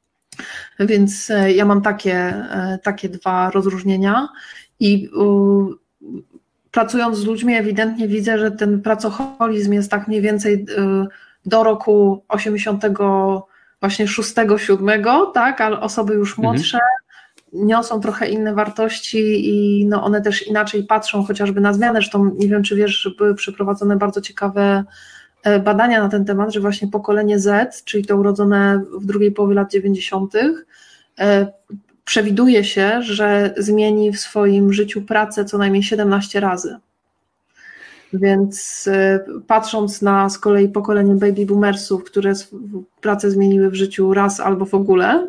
Więc ja mam takie, takie dwa rozróżnienia i pracując z ludźmi ewidentnie widzę, że ten pracoholizm jest tak mniej więcej do roku osiemdziesiątego właśnie szóstego siódmego, tak, ale osoby już młodsze mhm. niosą trochę inne wartości i no one też inaczej patrzą chociażby na zmianę. Zresztą nie wiem, czy wiesz, że były przeprowadzone bardzo ciekawe badania na ten temat, że właśnie pokolenie Z, czyli to urodzone w drugiej połowie lat dziewięćdziesiątych, przewiduje się, że zmieni w swoim życiu pracę co najmniej siedemnaście razy. Więc patrząc na z kolei pokolenie baby boomersów, które pracę zmieniły w życiu raz albo w ogóle,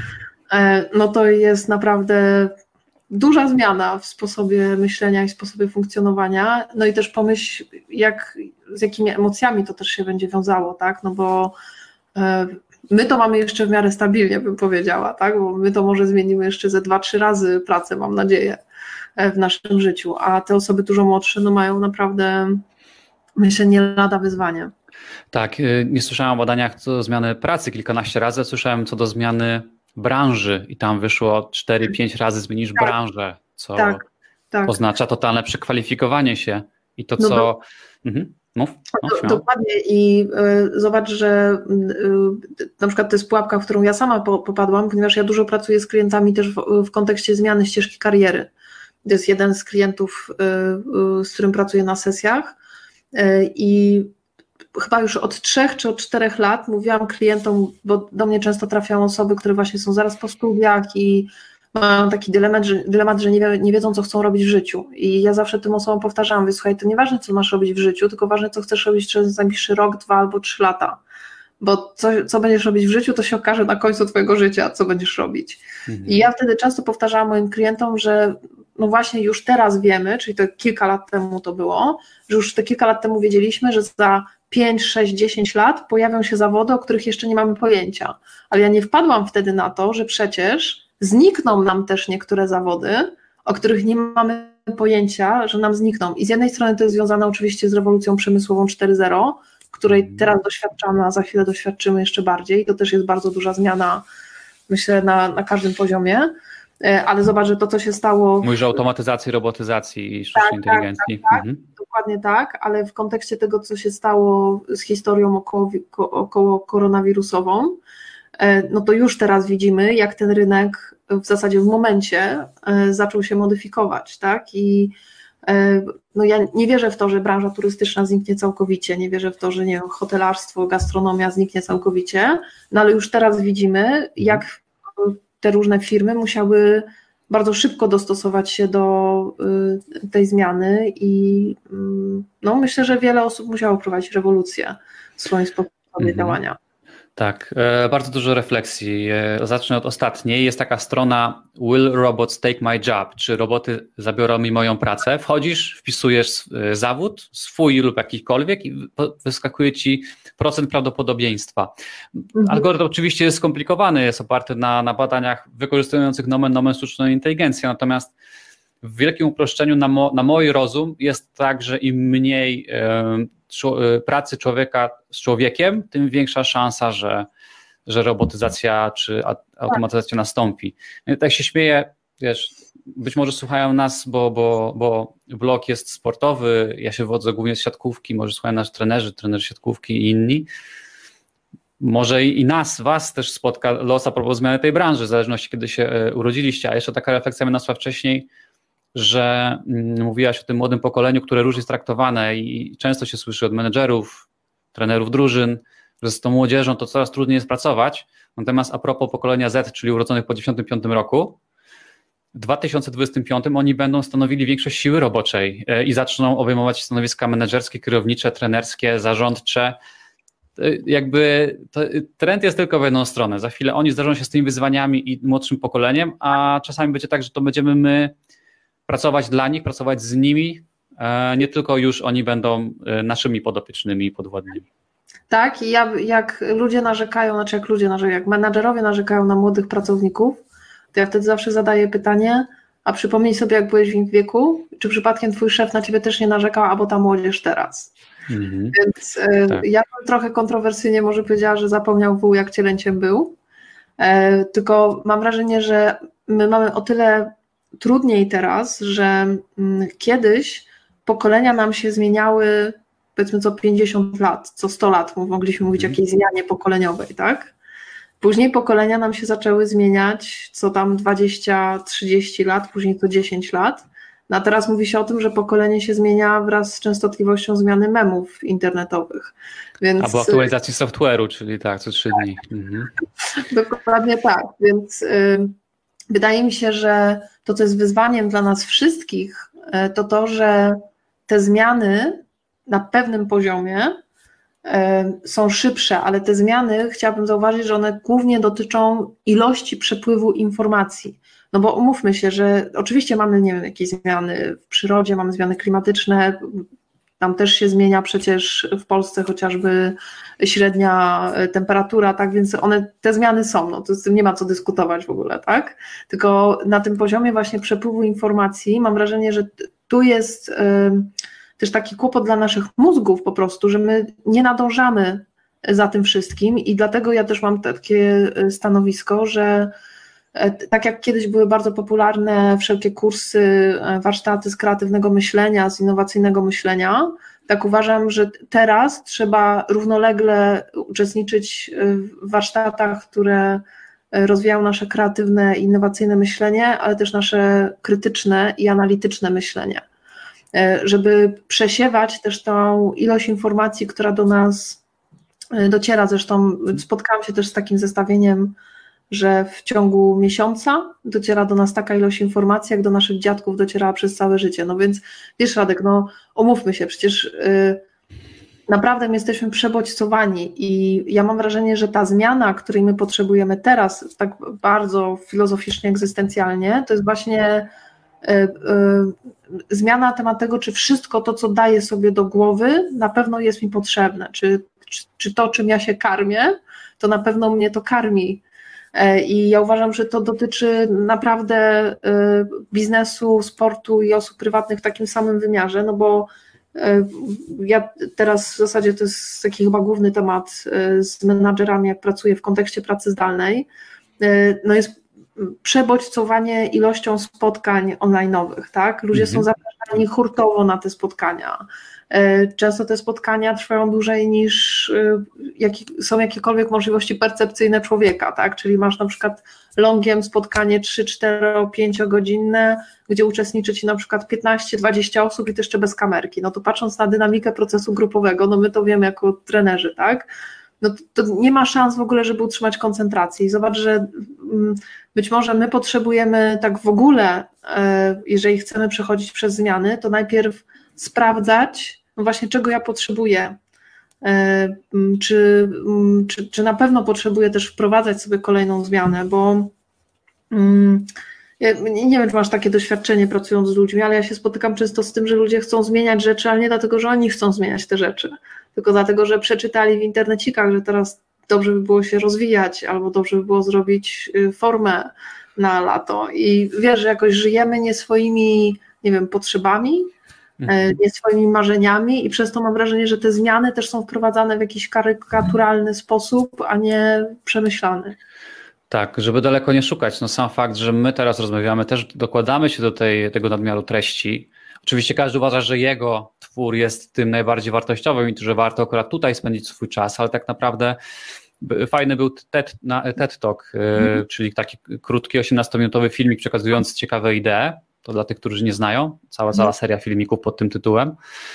no to jest naprawdę duża zmiana w sposobie myślenia i sposobie funkcjonowania. No i też pomyśl, jak, z jakimi emocjami to też się będzie wiązało, tak? No bo my to mamy jeszcze w miarę stabilnie, bym powiedziała, tak? Bo my to może zmienimy jeszcze ze dwa, trzy razy pracę, mam nadzieję, w naszym życiu, a te osoby dużo młodsze no mają naprawdę, myślę, nie lada wyzwanie. Tak, nie słyszałem o badaniach co do zmiany pracy kilkanaście razy, słyszałem co do zmiany branży i tam wyszło cztery pięć razy zmienisz tak. branżę, co tak, tak. oznacza totalne przekwalifikowanie się i to co... No bo... mhm. Mów. No, do, dokładnie i y, zobacz, że y, na przykład to jest pułapka, w którą ja sama po, popadłam, ponieważ ja dużo pracuję z klientami też w, w kontekście zmiany ścieżki kariery. To jest jeden z klientów, y, y, z którym pracuję na sesjach y, i chyba już od trzech czy od czterech lat mówiłam klientom, bo do mnie często trafiają osoby, które właśnie są zaraz po studiach i mają taki dylemat, że, dylemat, że nie, wie, nie wiedzą, co chcą robić w życiu. I ja zawsze tym osobom powtarzam, mówię, słuchaj, to nieważne, co masz robić w życiu, tylko ważne, co chcesz robić przez najbliższy rok, dwa albo trzy lata. Bo co, co będziesz robić w życiu, to się okaże na końcu twojego życia, co będziesz robić. Mhm. I ja wtedy często powtarzałam moim klientom, że no właśnie już teraz wiemy, czyli to kilka lat temu to było, że już te kilka lat temu wiedzieliśmy, że za pięć, sześć, dziesięć lat pojawią się zawody, o których jeszcze nie mamy pojęcia. Ale ja nie wpadłam wtedy na to, że przecież znikną nam też niektóre zawody, o których nie mamy pojęcia, że nam znikną. I z jednej strony to jest związane oczywiście z rewolucją przemysłową cztery zero, której teraz doświadczamy, a za chwilę doświadczymy jeszcze bardziej. To też jest bardzo duża zmiana, myślę, na, na każdym poziomie. Ale zobacz, że to, co się stało... Mówisz o automatyzacji, robotyzacji i sztucznej tak, inteligencji. Tak, tak, mhm. tak, dokładnie tak, ale w kontekście tego, co się stało z historią około, około koronawirusową, no to już teraz widzimy, jak ten rynek w zasadzie w momencie zaczął się modyfikować, tak? I no ja nie wierzę w to, że branża turystyczna zniknie całkowicie, nie wierzę w to, że nie wiem, hotelarstwo, gastronomia zniknie całkowicie, no ale już teraz widzimy, jak te różne firmy musiały bardzo szybko dostosować się do tej zmiany i no myślę, że wiele osób musiało prowadzić rewolucję w swoim sposobie mhm. działania. Tak, bardzo dużo refleksji. Zacznę od ostatniej. Jest taka strona Will Robots Take My Job? Czy roboty zabiorą mi moją pracę? Wchodzisz, wpisujesz zawód, swój lub jakikolwiek i wyskakuje ci procent prawdopodobieństwa. Mhm. Algorytm oczywiście jest skomplikowany, jest oparty na, na badaniach wykorzystujących nomen nomen sztuczną inteligencję, natomiast w wielkim uproszczeniu na, mo, na mój rozum jest tak, że im mniej y, pracy człowieka z człowiekiem, tym większa szansa, że, że robotyzacja czy automatyzacja nastąpi. Tak się śmieję, wiesz, być może słuchają nas, bo, bo, bo blog jest sportowy, ja się wodzę głównie z siatkówki, może słuchają nas trenerzy, trenerzy siatkówki i inni. Może i nas, was też spotka los a propos zmiany tej branży, w zależności kiedy się urodziliście, a jeszcze taka refleksja mnie naszła wcześniej, że mówiłaś o tym młodym pokoleniu, które różnie jest traktowane i często się słyszy od menedżerów, trenerów drużyn, że z tą młodzieżą to coraz trudniej jest pracować. Natomiast a propos pokolenia Z, czyli urodzonych po dziewięćdziesiątym piątym roku, w dwa tysiące dwudziestym piątym oni będą stanowili większość siły roboczej i zaczną obejmować stanowiska menedżerskie, kierownicze, trenerskie, zarządcze. Jakby to, trend jest tylko w jedną stronę. Za chwilę oni zdarzą się z tymi wyzwaniami i młodszym pokoleniem, a czasami będzie tak, że to będziemy my pracować dla nich, pracować z nimi, nie tylko już oni będą naszymi podopiecznymi i podwładnymi. Tak, i ja, jak ludzie narzekają, znaczy jak ludzie narzekają, jak menadżerowie narzekają na młodych pracowników, to ja wtedy zawsze zadaję pytanie, a przypomnij sobie, jak byłeś w ich wieku, czy przypadkiem twój szef na ciebie też nie narzekał, albo ta młodzież teraz. Mhm. Więc tak. Ja bym trochę kontrowersyjnie może powiedziała, że zapomniał wół, jak cielęciem był, e, tylko mam wrażenie, że my mamy o tyle trudniej teraz, że m, kiedyś pokolenia nam się zmieniały powiedzmy co pięćdziesiąt lat, co sto lat mogliśmy mówić o jakiejś zmianie pokoleniowej, tak? Później pokolenia nam się zaczęły zmieniać co tam dwadzieścia trzydzieści lat, później co dziesięć lat. No a teraz mówi się o tym, że pokolenie się zmienia wraz z częstotliwością zmiany memów internetowych. Więc... Albo aktualizacji software'u, czyli tak, co trzy dni. Mhm. Dokładnie tak, więc y, wydaje mi się, że to, co jest wyzwaniem dla nas wszystkich, y, to to, że te zmiany na pewnym poziomie y, są szybsze, ale te zmiany, chciałabym zauważyć, że one głównie dotyczą ilości przepływu informacji. No bo umówmy się, że oczywiście mamy, nie wiem, jakieś zmiany w przyrodzie, mamy zmiany klimatyczne, tam też się zmienia przecież w Polsce chociażby średnia temperatura, tak, więc one, te zmiany są, no to z tym nie ma co dyskutować w ogóle, tak, tylko na tym poziomie właśnie przepływu informacji mam wrażenie, że tu jest y, też taki kłopot dla naszych mózgów po prostu, że my nie nadążamy za tym wszystkim i dlatego ja też mam takie stanowisko, że tak jak kiedyś były bardzo popularne wszelkie kursy, warsztaty z kreatywnego myślenia, z innowacyjnego myślenia, tak uważam, że teraz trzeba równolegle uczestniczyć w warsztatach, które rozwijają nasze kreatywne i innowacyjne myślenie, ale też nasze krytyczne i analityczne myślenie, żeby przesiewać też tą ilość informacji, która do nas dociera. Zresztą spotkałam się też z takim zestawieniem, że w ciągu miesiąca dociera do nas taka ilość informacji, jak do naszych dziadków docierała przez całe życie. No więc wiesz, Radek, no umówmy się, przecież yy, naprawdę my jesteśmy przebodźcowani i ja mam wrażenie, że ta zmiana, której my potrzebujemy teraz tak bardzo filozoficznie, egzystencjalnie, to jest właśnie yy, yy, zmiana na temat tego, czy wszystko to, co daję sobie do głowy, na pewno jest mi potrzebne, czy, czy, czy to, czym ja się karmię, to na pewno mnie to karmi. I ja uważam, że to dotyczy naprawdę biznesu, sportu i osób prywatnych w takim samym wymiarze, no bo ja teraz w zasadzie to jest taki chyba główny temat z menadżerami, jak pracuję w kontekście pracy zdalnej, no jest przebodźcowanie ilością spotkań online'owych, tak? Ludzie mhm. są zapraszani hurtowo na te spotkania. Często te spotkania trwają dłużej niż jaki, są jakiekolwiek możliwości percepcyjne człowieka, tak? Czyli masz na przykład longiem spotkanie trzy, cztery, pięć godzinne, gdzie uczestniczy ci na przykład piętnaście dwadzieścia osób i to jeszcze bez kamerki. No to patrząc na dynamikę procesu grupowego, no my to wiemy jako trenerzy, tak? No to, to nie ma szans w ogóle, żeby utrzymać koncentrację i zobacz, że być może my potrzebujemy tak w ogóle, jeżeli chcemy przechodzić przez zmiany, to najpierw sprawdzać, no właśnie czego ja potrzebuję, czy, czy, czy na pewno potrzebuję też wprowadzać sobie kolejną zmianę, bo ja nie wiem, czy masz takie doświadczenie pracując z ludźmi, ale ja się spotykam często z tym, że ludzie chcą zmieniać rzeczy, ale nie dlatego, że oni chcą zmieniać te rzeczy, tylko dlatego, że przeczytali w internecikach, że teraz dobrze by było się rozwijać, albo dobrze by było zrobić formę na lato i wiesz, że jakoś żyjemy nie swoimi, nie wiem, potrzebami, mhm. nie swoimi marzeniami i przez to mam wrażenie, że te zmiany też są wprowadzane w jakiś karykaturalny sposób, a nie przemyślany. Tak, żeby daleko nie szukać. No sam fakt, że my teraz rozmawiamy, też dokładamy się do tej, tego nadmiaru treści. Oczywiście każdy uważa, że jego twór jest tym najbardziej wartościowym i że warto akurat tutaj spędzić swój czas, ale tak naprawdę fajny był TED, TED Talk, mm. czyli taki krótki, osiemnastominutowy filmik przekazujący ciekawe idee. To dla tych, którzy nie znają, cała, cała seria filmików pod tym tytułem.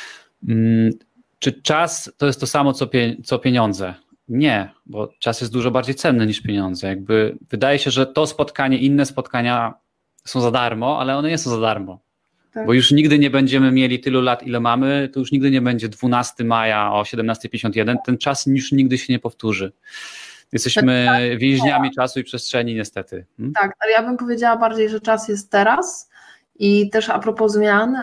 Czy czas to jest to samo, co, pie, co pieniądze? Nie, bo czas jest dużo bardziej cenny niż pieniądze. Jakby wydaje się, że to spotkanie, inne spotkania są za darmo, ale one nie są za darmo. Tak. Bo już nigdy nie będziemy mieli tylu lat, ile mamy, to już nigdy nie będzie dwunastego maja o siedemnasta pięćdziesiąt jeden, ten czas już nigdy się nie powtórzy. Jesteśmy tak, więźniami tak. czasu i przestrzeni niestety. Hmm? Tak, ale ja bym powiedziała bardziej, że czas jest teraz i też a propos zmian,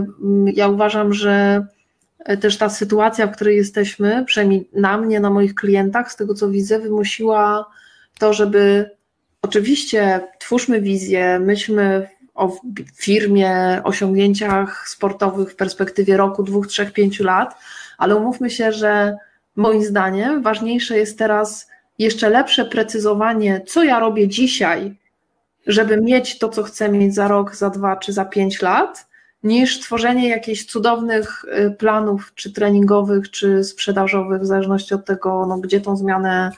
ja uważam, że też ta sytuacja, w której jesteśmy, przynajmniej na mnie, na moich klientach, z tego co widzę, wymusiła to, żeby oczywiście twórzmy wizję, myślmy o firmie, osiągnięciach sportowych w perspektywie roku, dwóch, trzech, pięciu lat, ale umówmy się, że moim zdaniem ważniejsze jest teraz jeszcze lepsze precyzowanie, co ja robię dzisiaj, żeby mieć to, co chcę mieć za rok, za dwa czy za pięć lat, niż tworzenie jakichś cudownych planów, czy treningowych, czy sprzedażowych, w zależności od tego, no, gdzie tą zmianę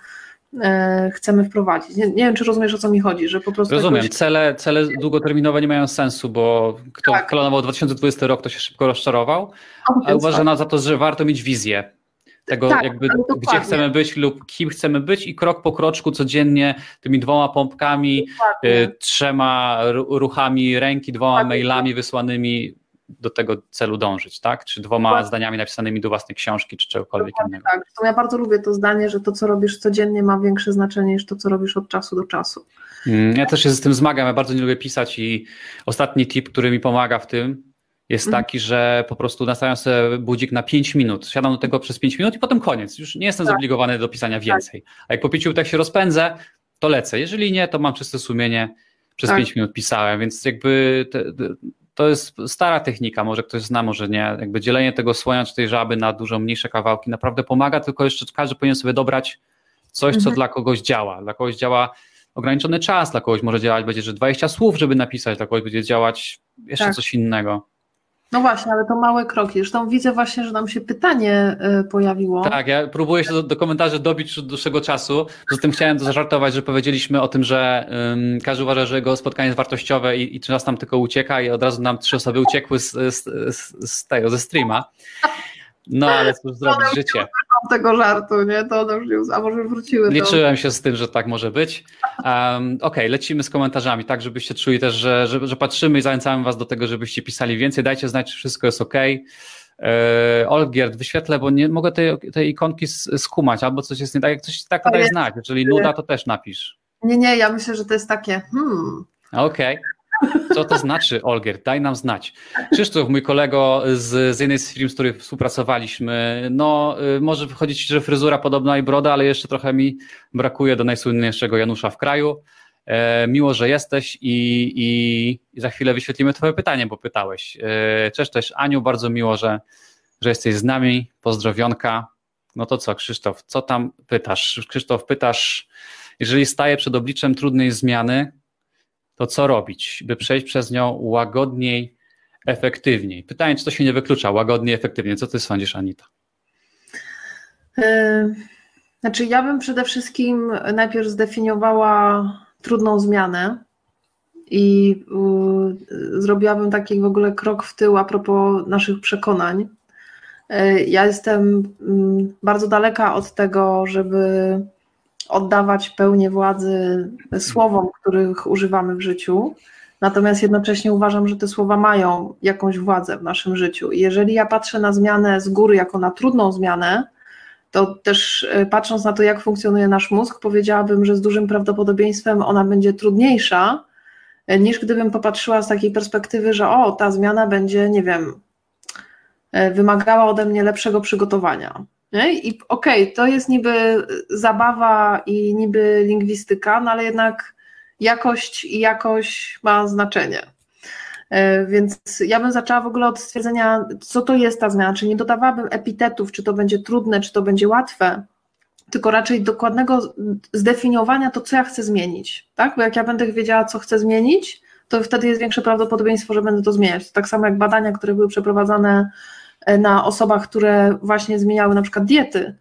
e, chcemy wprowadzić. Nie, nie wiem, czy rozumiesz, o co mi chodzi, że po prostu... Rozumiem, jakoś... cele, cele długoterminowe nie mają sensu, bo kto tak. planował dwa tysiące dwudziesty rok, to się szybko rozczarował, a uważam tak. za to, że warto mieć wizję tego, tak, jakby, gdzie chcemy być lub kim chcemy być i krok po kroczku codziennie tymi dwoma pompkami, y, trzema ruchami ręki, dwoma dokładnie. mailami wysłanymi do tego celu dążyć, tak? Czy dwoma dokładnie. zdaniami napisanymi do własnej książki, czy czegokolwiek dokładnie innego. Tak, to ja bardzo lubię to zdanie, że to, co robisz codziennie, ma większe znaczenie niż to, co robisz od czasu do czasu. Ja też się z tym zmagam, ja bardzo nie lubię pisać i ostatni tip, który mi pomaga w tym, jest mm. taki, że po prostu nastawiam sobie budzik na pięć minut, siadam do tego przez pięć minut i potem koniec, już nie jestem tak. zobligowany do pisania więcej. Tak. A jak po pięciu minutach się rozpędzę, to lecę, jeżeli nie, to mam czyste sumienie, przez tak. pięć minut pisałem, więc jakby te, to jest stara technika, może ktoś zna, może nie, jakby dzielenie tego słonia czy tej żaby na dużo mniejsze kawałki naprawdę pomaga, tylko jeszcze każdy powinien sobie dobrać coś, mm-hmm. co dla kogoś działa, dla kogoś działa ograniczony czas, dla kogoś może działać będzie, że dwadzieścia słów, żeby napisać, dla kogoś będzie działać jeszcze tak. coś innego. No właśnie, ale to małe kroki. Zresztą widzę właśnie, że nam się pytanie y, pojawiło. Tak, ja próbuję się do, do komentarzy dobić od dłuższego czasu. Poza tym chciałem zażartować, że powiedzieliśmy o tym, że um, każdy uważa, że jego spotkanie jest wartościowe i, i czas nam tylko ucieka i od razu nam trzy osoby uciekły z, z, z, z tego, ze streama. No ale cóż zrobić, życie. Tego żartu, nie? To one już nie, a może wróciły. Liczyłem to. się z tym, że tak może być. Um, Okej, okay, lecimy z komentarzami, tak żebyście czuli też, że, że, że patrzymy i zachęcamy was do tego, żebyście pisali więcej. Dajcie znać, czy wszystko jest ok. E, Olgierd, wyświetlę, bo nie mogę tej, tej ikonki skumać, albo coś jest nie tak, jak coś tak to daj znać. Jeżeli nuda, to też napisz. Nie, nie, ja myślę, że to jest takie hmm. Okej. Okay. Co to znaczy, Olgierd? Daj nam znać. Krzysztof, mój kolego z, z jednej z firm, z których współpracowaliśmy, no może wychodzić, że fryzura podobna i broda, ale jeszcze trochę mi brakuje do najsłynniejszego Janusza w kraju. E, miło, że jesteś i, i, i za chwilę wyświetlimy twoje pytanie, bo pytałeś. E, cześć, cześć Aniu, bardzo miło, że, że jesteś z nami. Pozdrowionka. No to co, Krzysztof, co tam pytasz? Krzysztof, pytasz, jeżeli staję przed obliczem trudnej zmiany, to co robić, by przejść przez nią łagodniej, efektywniej? Pytanie, czy to się nie wyklucza, łagodniej, efektywniej. Co ty sądzisz, Anita? Znaczy ja bym przede wszystkim najpierw zdefiniowała trudną zmianę i zrobiłabym taki w ogóle krok w tył a propos naszych przekonań. Ja jestem bardzo daleka od tego, żeby oddawać pełnię władzy słowom, których używamy w życiu, natomiast jednocześnie uważam, że te słowa mają jakąś władzę w naszym życiu i jeżeli ja patrzę na zmianę z góry jako na trudną zmianę, to też patrząc na to, jak funkcjonuje nasz mózg, powiedziałabym, że z dużym prawdopodobieństwem ona będzie trudniejsza, niż gdybym popatrzyła z takiej perspektywy, że o, ta zmiana będzie, nie wiem, wymagała ode mnie lepszego przygotowania. Nie? I okej, okay, to jest niby zabawa i niby lingwistyka, no ale jednak jakość i jakość ma znaczenie. Więc ja bym zaczęła w ogóle od stwierdzenia, co to jest ta zmiana, czyli nie dodawałabym epitetów, czy to będzie trudne, czy to będzie łatwe, tylko raczej dokładnego zdefiniowania to, co ja chcę zmienić, tak? Bo jak ja będę wiedziała, co chcę zmienić, to wtedy jest większe prawdopodobieństwo, że będę to zmieniać. To tak samo jak badania, które były przeprowadzane na osobach, które właśnie zmieniały na przykład diety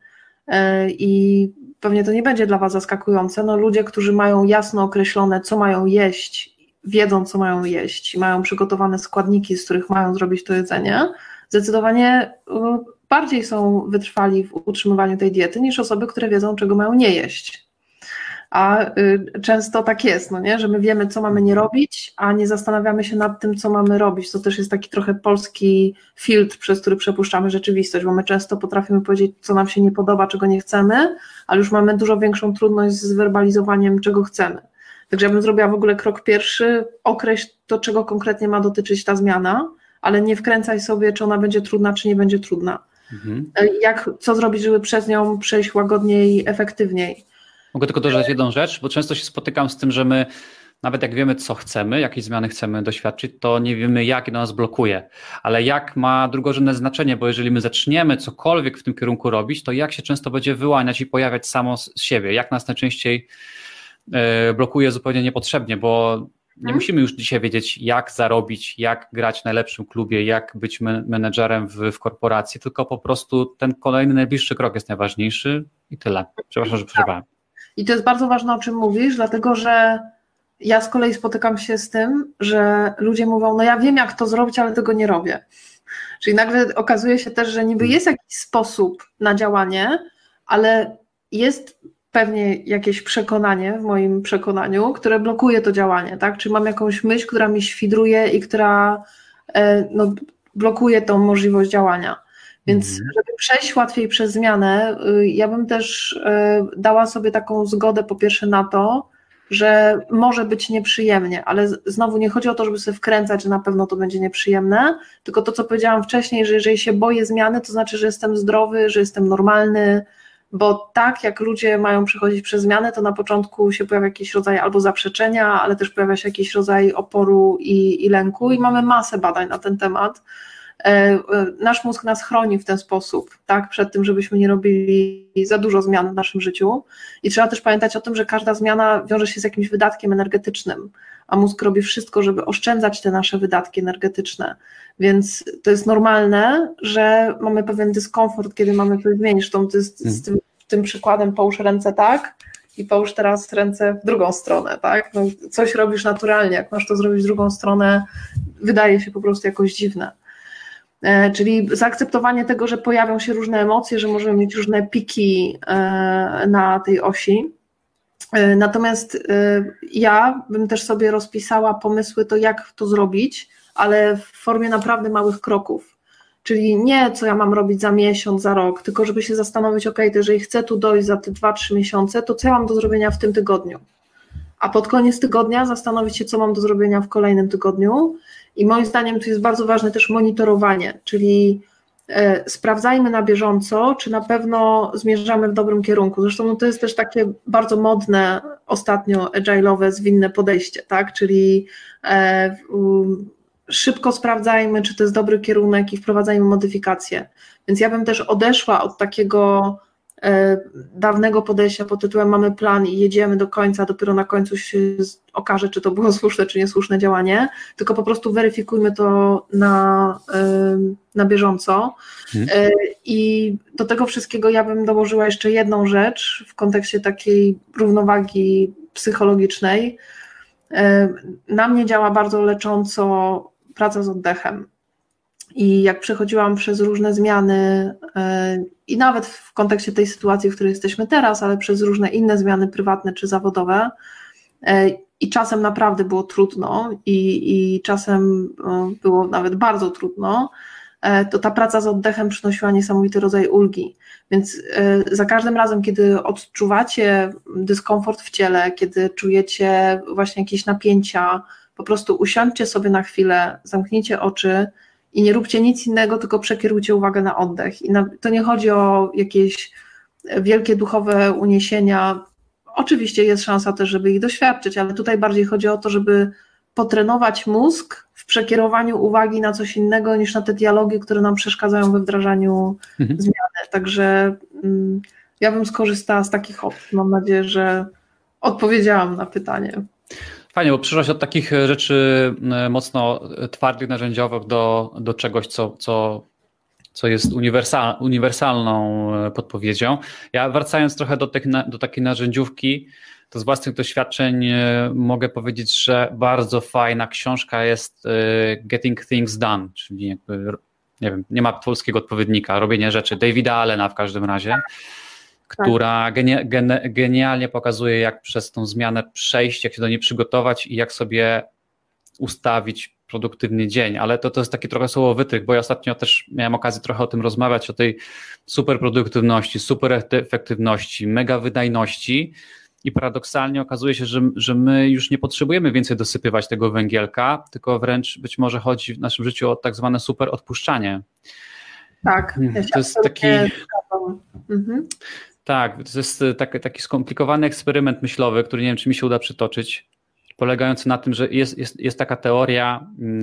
i pewnie to nie będzie dla Was zaskakujące, no ludzie, którzy mają jasno określone, co mają jeść, wiedzą, co mają jeść i mają przygotowane składniki, z których mają zrobić to jedzenie, zdecydowanie bardziej są wytrwali w utrzymywaniu tej diety niż osoby, które wiedzą, czego mają nie jeść. A y, często tak jest, no nie? Że my wiemy, co mamy nie robić, a nie zastanawiamy się nad tym, co mamy robić. To też jest taki trochę polski filtr, przez który przepuszczamy rzeczywistość, bo my często potrafimy powiedzieć, co nam się nie podoba, czego nie chcemy, ale już mamy dużo większą trudność z zwerbalizowaniem, czego chcemy. Także ja bym zrobiła w ogóle krok pierwszy, określ to, czego konkretnie ma dotyczyć ta zmiana, ale nie wkręcaj sobie, czy ona będzie trudna, czy nie będzie trudna. Mhm. Jak, co zrobić, żeby przez nią przejść łagodniej, efektywniej. Mogę tylko dodać jedną rzecz, bo często się spotykam z tym, że my nawet jak wiemy, co chcemy, jakiej zmiany chcemy doświadczyć, to nie wiemy, jak to nas blokuje. Ale jak ma drugorzędne znaczenie, bo jeżeli my zaczniemy cokolwiek w tym kierunku robić, to jak się często będzie wyłaniać i pojawiać samo z siebie, jak nas najczęściej blokuje zupełnie niepotrzebnie, bo nie hmm. musimy już dzisiaj wiedzieć, jak zarobić, jak grać w najlepszym klubie, jak być menedżerem w, w korporacji, tylko po prostu ten kolejny, najbliższy krok jest najważniejszy i tyle. Przepraszam, że przerwałem. I to jest bardzo ważne, o czym mówisz, dlatego że ja z kolei spotykam się z tym, że ludzie mówią, no ja wiem, jak to zrobić, ale tego nie robię. Czyli nagle okazuje się też, że niby jest jakiś sposób na działanie, ale jest pewnie jakieś przekonanie w moim przekonaniu, które blokuje to działanie, tak? Czy mam jakąś myśl, która mi świdruje i która no, blokuje tą możliwość działania. Więc żeby przejść łatwiej przez zmianę, ja bym też dała sobie taką zgodę po pierwsze na to, że może być nieprzyjemnie, ale znowu nie chodzi o to, żeby sobie wkręcać, że na pewno to będzie nieprzyjemne, tylko to, co powiedziałam wcześniej, że jeżeli się boję zmiany, to znaczy, że jestem zdrowy, że jestem normalny, bo tak jak ludzie mają przechodzić przez zmianę, to na początku się pojawia jakiś rodzaj albo zaprzeczenia, ale też pojawia się jakiś rodzaj oporu i, i lęku i mamy masę badań na ten temat. Nasz mózg nas chroni w ten sposób, tak, przed tym, żebyśmy nie robili za dużo zmian w naszym życiu i trzeba też pamiętać o tym, że każda zmiana wiąże się z jakimś wydatkiem energetycznym, a mózg robi wszystko, żeby oszczędzać te nasze wydatki energetyczne, więc to jest normalne, że mamy pewien dyskomfort, kiedy mamy coś zmienić. Zresztą to jest z tym, tym przykładem połóż ręce tak i połóż teraz ręce w drugą stronę, tak, no, coś robisz naturalnie, jak masz to zrobić w drugą stronę, wydaje się po prostu jakoś dziwne. Czyli zaakceptowanie tego, że pojawią się różne emocje, że możemy mieć różne piki na tej osi. Natomiast ja bym też sobie rozpisała pomysły, to jak to zrobić, ale w formie naprawdę małych kroków. Czyli nie co ja mam robić za miesiąc, za rok, tylko żeby się zastanowić, ok, to jeżeli chcę tu dojść za te dwa trzy miesiące, to co ja mam do zrobienia w tym tygodniu? A pod koniec tygodnia zastanowić się, co mam do zrobienia w kolejnym tygodniu. I moim zdaniem tu jest bardzo ważne też monitorowanie, czyli e, sprawdzajmy na bieżąco, czy na pewno zmierzamy w dobrym kierunku. Zresztą no, to jest też takie bardzo modne ostatnio agile'owe, zwinne podejście, tak? Czyli e, um, szybko sprawdzajmy, czy to jest dobry kierunek i wprowadzajmy modyfikacje. Więc ja bym też odeszła od takiego dawnego podejścia pod tytułem mamy plan i jedziemy do końca, dopiero na końcu się okaże, czy to było słuszne, czy niesłuszne działanie, tylko po prostu weryfikujmy to na, na bieżąco. Hmm. I do tego wszystkiego ja bym dołożyła jeszcze jedną rzecz w kontekście takiej równowagi psychologicznej. Na mnie działa bardzo lecząco praca z oddechem. I jak przechodziłam przez różne zmiany i nawet w kontekście tej sytuacji, w której jesteśmy teraz, ale przez różne inne zmiany prywatne czy zawodowe i czasem naprawdę było trudno i, i czasem było nawet bardzo trudno, to ta praca z oddechem przynosiła niesamowity rodzaj ulgi. Więc za każdym razem, kiedy odczuwacie dyskomfort w ciele, kiedy czujecie właśnie jakieś napięcia, po prostu usiądźcie sobie na chwilę, zamknijcie oczy i nie róbcie nic innego, tylko przekierujcie uwagę na oddech. I na, to nie chodzi o jakieś wielkie duchowe uniesienia. Oczywiście jest szansa też, żeby ich doświadczyć, ale tutaj bardziej chodzi o to, żeby potrenować mózg w przekierowaniu uwagi na coś innego niż na te dialogi, które nam przeszkadzają we wdrażaniu mhm. zmiany. Także mm, ja bym skorzystała z takich opcji. Mam nadzieję, że odpowiedziałam na pytanie. Fajnie, bo przyszłaś od takich rzeczy mocno twardych, narzędziowych do, do czegoś, co, co, co jest uniwersal, uniwersalną podpowiedzią. Ja wracając trochę do, tych, do takiej narzędziówki, to z własnych doświadczeń mogę powiedzieć, że bardzo fajna książka jest Getting Things Done, czyli jakby, nie wiem, nie ma polskiego odpowiednika, robienie rzeczy, Davida Allena w każdym razie, która geni- geni- genialnie pokazuje, jak przez tą zmianę przejść, jak się do niej przygotować i jak sobie ustawić produktywny dzień, ale to, to jest taki trochę słowo wytrych, bo ja ostatnio też miałem okazję trochę o tym rozmawiać, o tej super produktywności, super efektywności, mega wydajności i paradoksalnie okazuje się, że, że my już nie potrzebujemy więcej dosypywać tego węgielka, tylko wręcz być może chodzi w naszym życiu o tak zwane super odpuszczanie. Tak, ja się to jest taki... Mhm. Tak, to jest taki, taki skomplikowany eksperyment myślowy, który nie wiem, czy mi się uda przytoczyć, polegający na tym, że jest, jest, jest taka teoria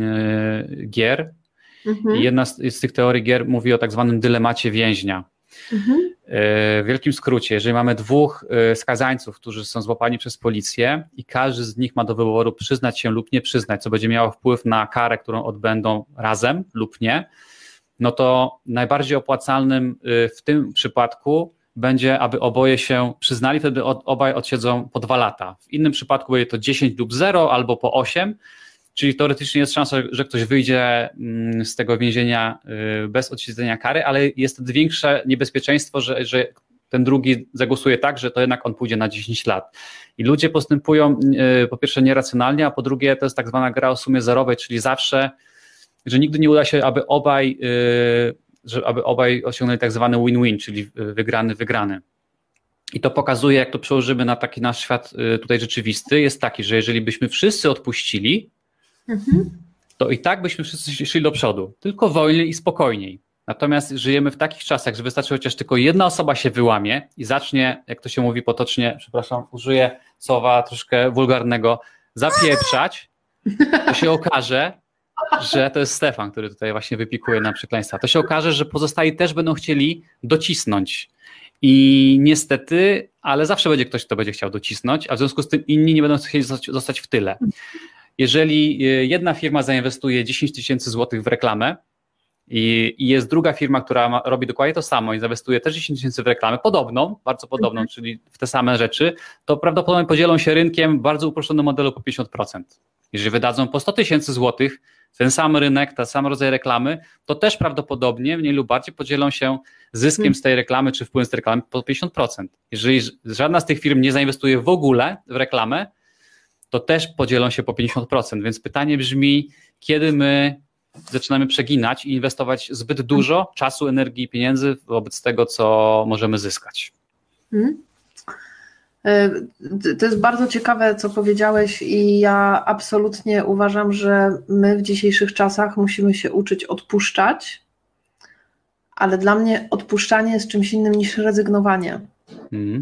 yy, gier mhm. i jedna z, z tych teorii gier mówi o tak zwanym dylemacie więźnia. Mhm. Yy, w wielkim skrócie, jeżeli mamy dwóch yy, skazańców, którzy są złapani przez policję i każdy z nich ma do wyboru przyznać się lub nie przyznać, co będzie miało wpływ na karę, którą odbędą razem lub nie, no to najbardziej opłacalnym yy, w tym przypadku będzie, aby oboje się przyznali, wtedy obaj odsiedzą po dwa lata. W innym przypadku będzie to dziesięć lub zero albo po osiem, czyli teoretycznie jest szansa, że ktoś wyjdzie z tego więzienia bez odsiedzenia kary, ale jest wtedy większe niebezpieczeństwo, że, że ten drugi zagłosuje tak, że to jednak on pójdzie na dziesięć lat. I ludzie postępują po pierwsze nieracjonalnie, a po drugie to jest tak zwana gra o sumie zerowej, czyli zawsze, że nigdy nie uda się, aby obaj że aby obaj osiągnęli tak zwany win-win, czyli wygrany, wygrany. I to pokazuje, jak to przełożymy na taki nasz świat tutaj rzeczywisty, jest taki, że jeżeli byśmy wszyscy odpuścili, mhm. to i tak byśmy wszyscy szli do przodu, tylko wolniej i spokojniej. Natomiast żyjemy w takich czasach, że wystarczy chociaż tylko jedna osoba się wyłamie i zacznie, jak to się mówi potocznie, przepraszam, użyję słowa troszkę wulgarnego, zapieprzać, to się okaże, że to jest Stefan, który tutaj właśnie wypikuje na przekleństwa. To się okaże, że pozostali też będą chcieli docisnąć. I niestety, ale zawsze będzie ktoś, kto będzie chciał docisnąć, a w związku z tym inni nie będą chcieli zostać w tyle. Jeżeli jedna firma zainwestuje dziesięć tysięcy złotych w reklamę i, i jest druga firma, która ma, robi dokładnie to samo i zainwestuje też dziesięć tysięcy w reklamę, podobną, bardzo podobną, mhm. czyli w te same rzeczy, to prawdopodobnie podzielą się rynkiem w bardzo uproszczonym modelu po pięćdziesiąt procent. Jeżeli wydadzą po sto tysięcy złotych, ten sam rynek, ten sam rodzaj reklamy, to też prawdopodobnie mniej lub bardziej podzielą się zyskiem z tej reklamy, czy wpływem z tej reklamy po pięćdziesiąt procent. Jeżeli żadna z tych firm nie zainwestuje w ogóle w reklamę, to też podzielą się po pięćdziesiąt procent. Więc pytanie brzmi, kiedy my zaczynamy przeginać i inwestować zbyt dużo czasu, energii i pieniędzy wobec tego, co możemy zyskać. Hmm. To jest bardzo ciekawe, co powiedziałeś i ja absolutnie uważam, że my w dzisiejszych czasach musimy się uczyć odpuszczać, ale dla mnie odpuszczanie jest czymś innym niż rezygnowanie. Mm,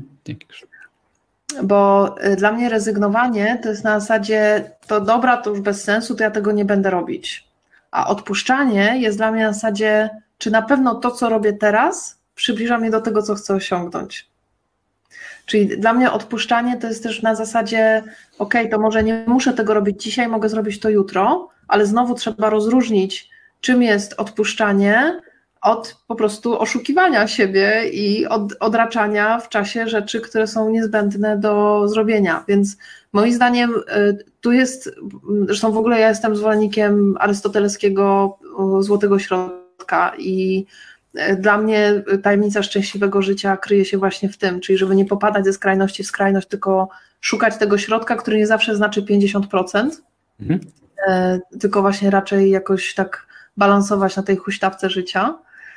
Bo dla mnie rezygnowanie to jest na zasadzie, to dobra, to już bez sensu, to ja tego nie będę robić. A odpuszczanie jest dla mnie na zasadzie, czy na pewno to, co robię teraz, przybliża mnie do tego, co chcę osiągnąć. Czyli dla mnie odpuszczanie to jest też na zasadzie, ok, to może nie muszę tego robić dzisiaj, mogę zrobić to jutro, ale znowu trzeba rozróżnić, czym jest odpuszczanie od po prostu oszukiwania siebie i od, odraczania w czasie rzeczy, które są niezbędne do zrobienia. Więc moim zdaniem tu jest, zresztą w ogóle ja jestem zwolennikiem arystotelskiego złotego środka i dla mnie tajemnica szczęśliwego życia kryje się właśnie w tym, czyli żeby nie popadać ze skrajności w skrajność, tylko szukać tego środka, który nie zawsze znaczy pięćdziesiąt procent, mhm. tylko właśnie raczej jakoś tak balansować na tej huśtawce życia.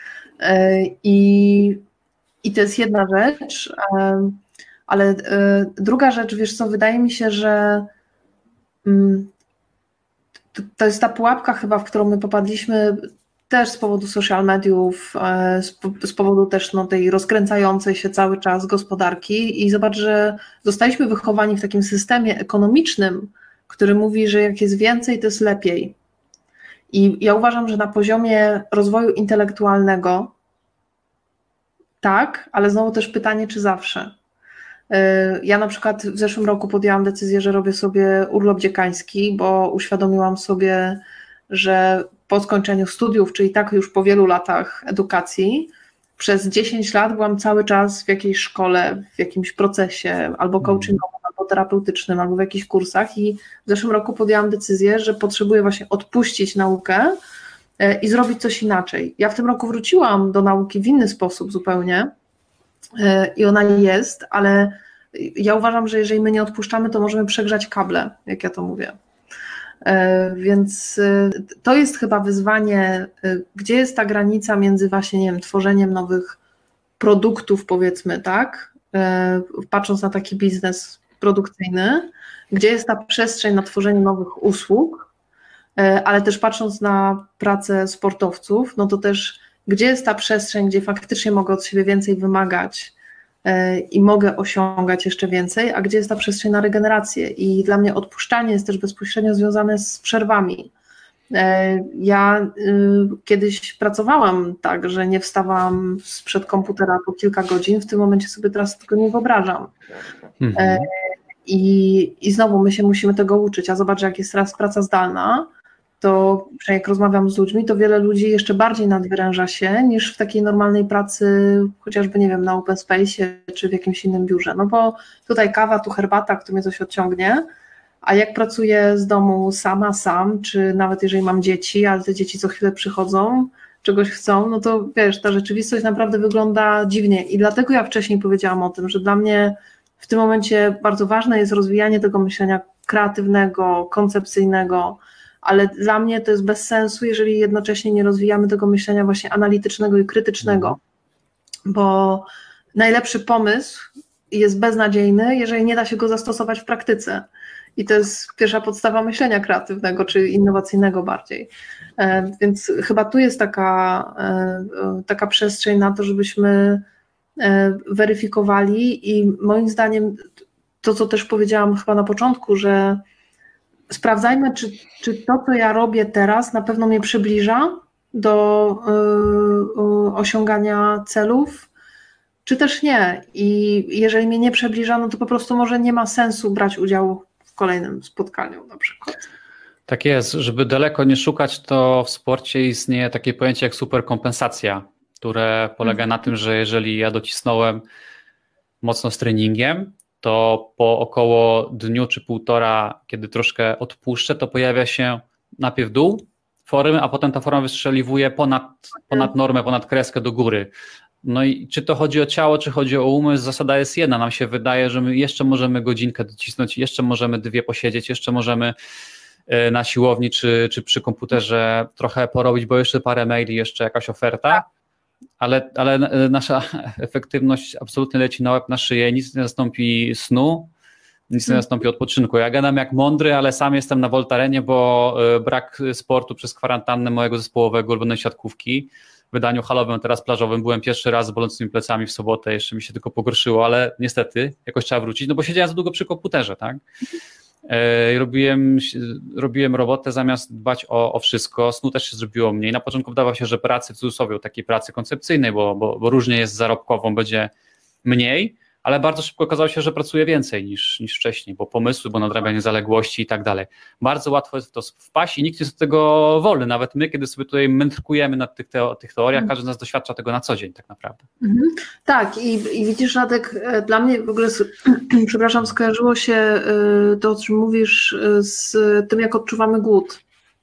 I, i to jest jedna rzecz, ale druga rzecz, wiesz co, wydaje mi się, że to jest ta pułapka chyba, w którą my popadliśmy też z powodu social mediów, z powodu też no, tej rozkręcającej się cały czas gospodarki i zobacz, że zostaliśmy wychowani w takim systemie ekonomicznym, który mówi, że jak jest więcej, to jest lepiej. I ja uważam, że na poziomie rozwoju intelektualnego tak, ale znowu też pytanie, czy zawsze. Ja na przykład w zeszłym roku podjęłam decyzję, że robię sobie urlop dziekański, bo uświadomiłam sobie, że po skończeniu studiów, czyli tak już po wielu latach edukacji, przez dziesięć lat byłam cały czas w jakiejś szkole, w jakimś procesie albo coachingowym, albo terapeutycznym, albo w jakichś kursach i w zeszłym roku podjęłam decyzję, że potrzebuję właśnie odpuścić naukę i zrobić coś inaczej. Ja w tym roku wróciłam do nauki w inny sposób zupełnie i ona jest, ale ja uważam, że jeżeli my nie odpuszczamy, to możemy przegrzać kable, jak ja to mówię. Więc to jest chyba wyzwanie, gdzie jest ta granica między właśnie, nie wiem, tworzeniem nowych produktów, powiedzmy, tak, patrząc na taki biznes produkcyjny, gdzie jest ta przestrzeń na tworzenie nowych usług, ale też patrząc na pracę sportowców, no to też gdzie jest ta przestrzeń, gdzie faktycznie mogę od siebie więcej wymagać i mogę osiągać jeszcze więcej, a gdzie jest ta przestrzeń na regenerację. I dla mnie odpuszczanie jest też bezpośrednio związane z przerwami. Ja kiedyś pracowałam tak, że nie wstawałam sprzed komputera po kilka godzin, w tym momencie sobie teraz tego nie wyobrażam. Mhm. I, I znowu my się musimy tego uczyć, a zobacz, jak jest teraz praca zdalna, to jak rozmawiam z ludźmi, to wiele ludzi jeszcze bardziej nadwyręża się niż w takiej normalnej pracy, chociażby, nie wiem, na open space czy w jakimś innym biurze, no bo tutaj kawa, tu herbata, kto mnie coś odciągnie, a jak pracuję z domu sama, sam, czy nawet jeżeli mam dzieci, ale te dzieci co chwilę przychodzą, czegoś chcą, no to wiesz, ta rzeczywistość naprawdę wygląda dziwnie i dlatego ja wcześniej powiedziałam o tym, że dla mnie w tym momencie bardzo ważne jest rozwijanie tego myślenia kreatywnego, koncepcyjnego, ale dla mnie to jest bez sensu, jeżeli jednocześnie nie rozwijamy tego myślenia właśnie analitycznego i krytycznego, bo najlepszy pomysł jest beznadziejny, jeżeli nie da się go zastosować w praktyce. I to jest pierwsza podstawa myślenia kreatywnego, czy innowacyjnego bardziej. Więc chyba tu jest taka, taka przestrzeń na to, żebyśmy weryfikowali i moim zdaniem to, co też powiedziałam chyba na początku, że sprawdzajmy, czy, czy to, co ja robię teraz, na pewno mnie przybliża do y, y, osiągania celów, czy też nie. I jeżeli mnie nie przybliża, no to po prostu może nie ma sensu brać udziału w kolejnym spotkaniu na przykład. Tak jest, żeby daleko nie szukać, to w sporcie istnieje takie pojęcie jak superkompensacja, które polega mhm. na tym, że jeżeli ja docisnąłem mocno z treningiem, to po około dniu czy półtora, kiedy troszkę odpuszczę, to pojawia się najpierw dół formy, a potem ta forma wystrzeliwuje ponad, ponad normę, ponad kreskę do góry. No i czy to chodzi o ciało, czy chodzi o umysł, zasada jest jedna. Nam się wydaje, że my jeszcze możemy godzinkę docisnąć, jeszcze możemy dwie posiedzieć, jeszcze możemy na siłowni czy, czy przy komputerze trochę porobić, bo jeszcze parę maili, jeszcze jakaś oferta. Ale, ale nasza efektywność absolutnie leci na łeb, na szyję, nic nie zastąpi snu, nic nie zastąpi odpoczynku. Ja gadam jak mądry, ale sam jestem na Voltarenie, bo brak sportu przez kwarantannę mojego zespołowego ulubionej siatkówki. W wydaniu halowym, teraz plażowym byłem pierwszy raz z bolącymi plecami w sobotę, jeszcze mi się tylko pogorszyło, ale niestety jakoś trzeba wrócić, no bo siedziałem za długo przy komputerze, tak? Robiłem, robiłem robotę zamiast dbać o, o wszystko, snu też się zrobiło mniej. Na początku wydawało się, że pracy w cudzysłowie, takiej pracy koncepcyjnej, bo, bo, bo różnie jest z zarobkową, będzie mniej, ale bardzo szybko okazało się, że pracuję więcej niż, niż wcześniej, bo pomysły, bo nadrabianie zaległości i tak dalej. Bardzo łatwo jest w to wpaść i nikt jest od tego wolny, nawet my, kiedy sobie tutaj mędrkujemy nad tych, teo, tych teoriach, każdy z nas doświadcza tego na co dzień tak naprawdę. Mhm. Tak i, i widzisz, Radek, dla mnie w ogóle, przepraszam, skojarzyło się to, o czym mówisz, z tym, jak odczuwamy głód.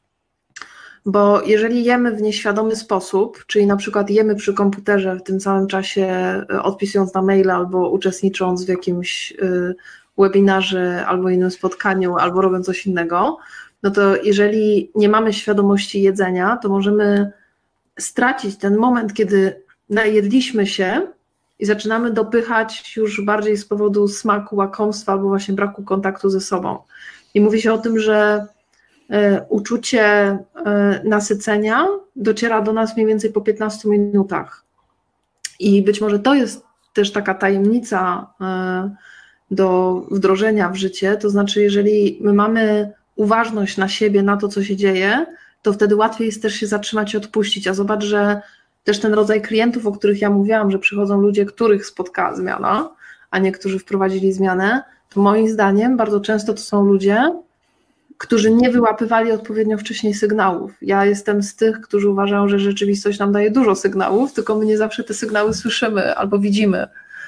Bo jeżeli jemy w nieświadomy sposób, czyli na przykład jemy przy komputerze w tym samym czasie odpisując na maila albo uczestnicząc w jakimś webinarze albo innym spotkaniu, albo robiąc coś innego, no to jeżeli nie mamy świadomości jedzenia, to możemy stracić ten moment, kiedy najedliśmy się i zaczynamy dopychać już bardziej z powodu smaku, łakomstwa albo właśnie braku kontaktu ze sobą. I mówi się o tym, że y, uczucie y, nasycenia dociera do nas mniej więcej po piętnastu minutach. I być może to jest też taka tajemnica y, do wdrożenia w życie, to znaczy jeżeli my mamy uważność na siebie, na to, co się dzieje, to wtedy łatwiej jest też się zatrzymać i odpuścić. A zobacz, że też ten rodzaj klientów, o których ja mówiłam, że przychodzą ludzie, których spotkała zmiana, a niektórzy wprowadzili zmianę, to moim zdaniem bardzo często to są ludzie, którzy nie wyłapywali odpowiednio wcześniej sygnałów. Ja jestem z tych, którzy uważają, że rzeczywistość nam daje dużo sygnałów, tylko my nie zawsze te sygnały słyszymy albo widzimy.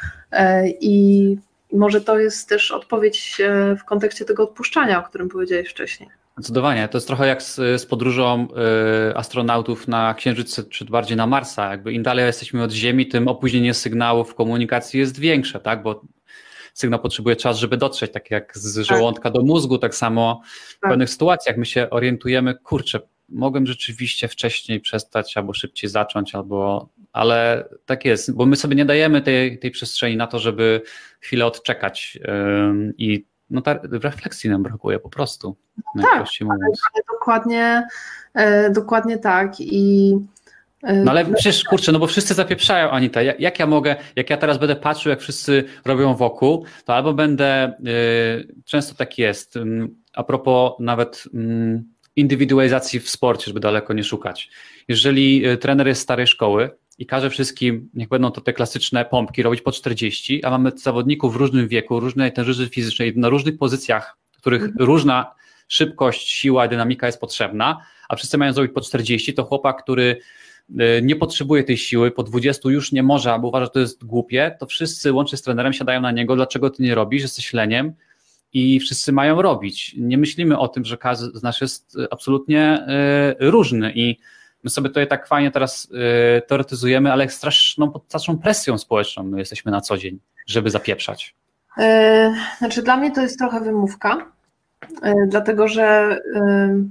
I może to jest też odpowiedź w kontekście tego odpuszczania, o którym powiedziałeś wcześniej. Zdecydowanie. To jest trochę jak z, z podróżą y, astronautów na Księżyc czy bardziej na Marsa. Jakby im dalej jesteśmy od Ziemi, tym opóźnienie sygnałów w komunikacji jest większe, tak? Bo sygnał potrzebuje czas, żeby dotrzeć, tak jak z żołądka do mózgu, tak samo w tak. pewnych sytuacjach my się orientujemy, kurczę, mogłem rzeczywiście wcześniej przestać albo szybciej zacząć, albo, ale tak jest, bo my sobie nie dajemy tej, tej przestrzeni na to, żeby chwilę odczekać yy, i no ta refleksji nam brakuje po prostu. No tak, ale, ale dokładnie, e, dokładnie tak i no ale przecież, kurczę, no bo wszyscy zapieprzają, Anita, jak, jak ja mogę, jak ja teraz będę patrzył, jak wszyscy robią wokół, to albo będę, y, często tak jest, y, a propos nawet y, indywidualizacji w sporcie, żeby daleko nie szukać. Jeżeli y, trener jest starej szkoły i każe wszystkim, niech będą to te klasyczne pompki robić po czterdzieści, a mamy zawodników w różnym wieku, różnej tężyzny fizycznej, na różnych pozycjach, w których mhm. różna szybkość, siła, dynamika jest potrzebna, a wszyscy mają zrobić po czterdzieści, to chłopak, który nie potrzebuje tej siły, po dwudziestu już nie może, albo uważa, że to jest głupie, to wszyscy łącznie z trenerem siadają na niego, dlaczego ty nie robisz, jesteś leniem i wszyscy mają robić. Nie myślimy o tym, że każdy z nas jest absolutnie y, różny i my sobie tutaj tak fajnie teraz y, teoretyzujemy, ale straszną, pod straszną presją społeczną my jesteśmy na co dzień, żeby zapieprzać. Yy, znaczy dla mnie to jest trochę wymówka, yy, dlatego że yy...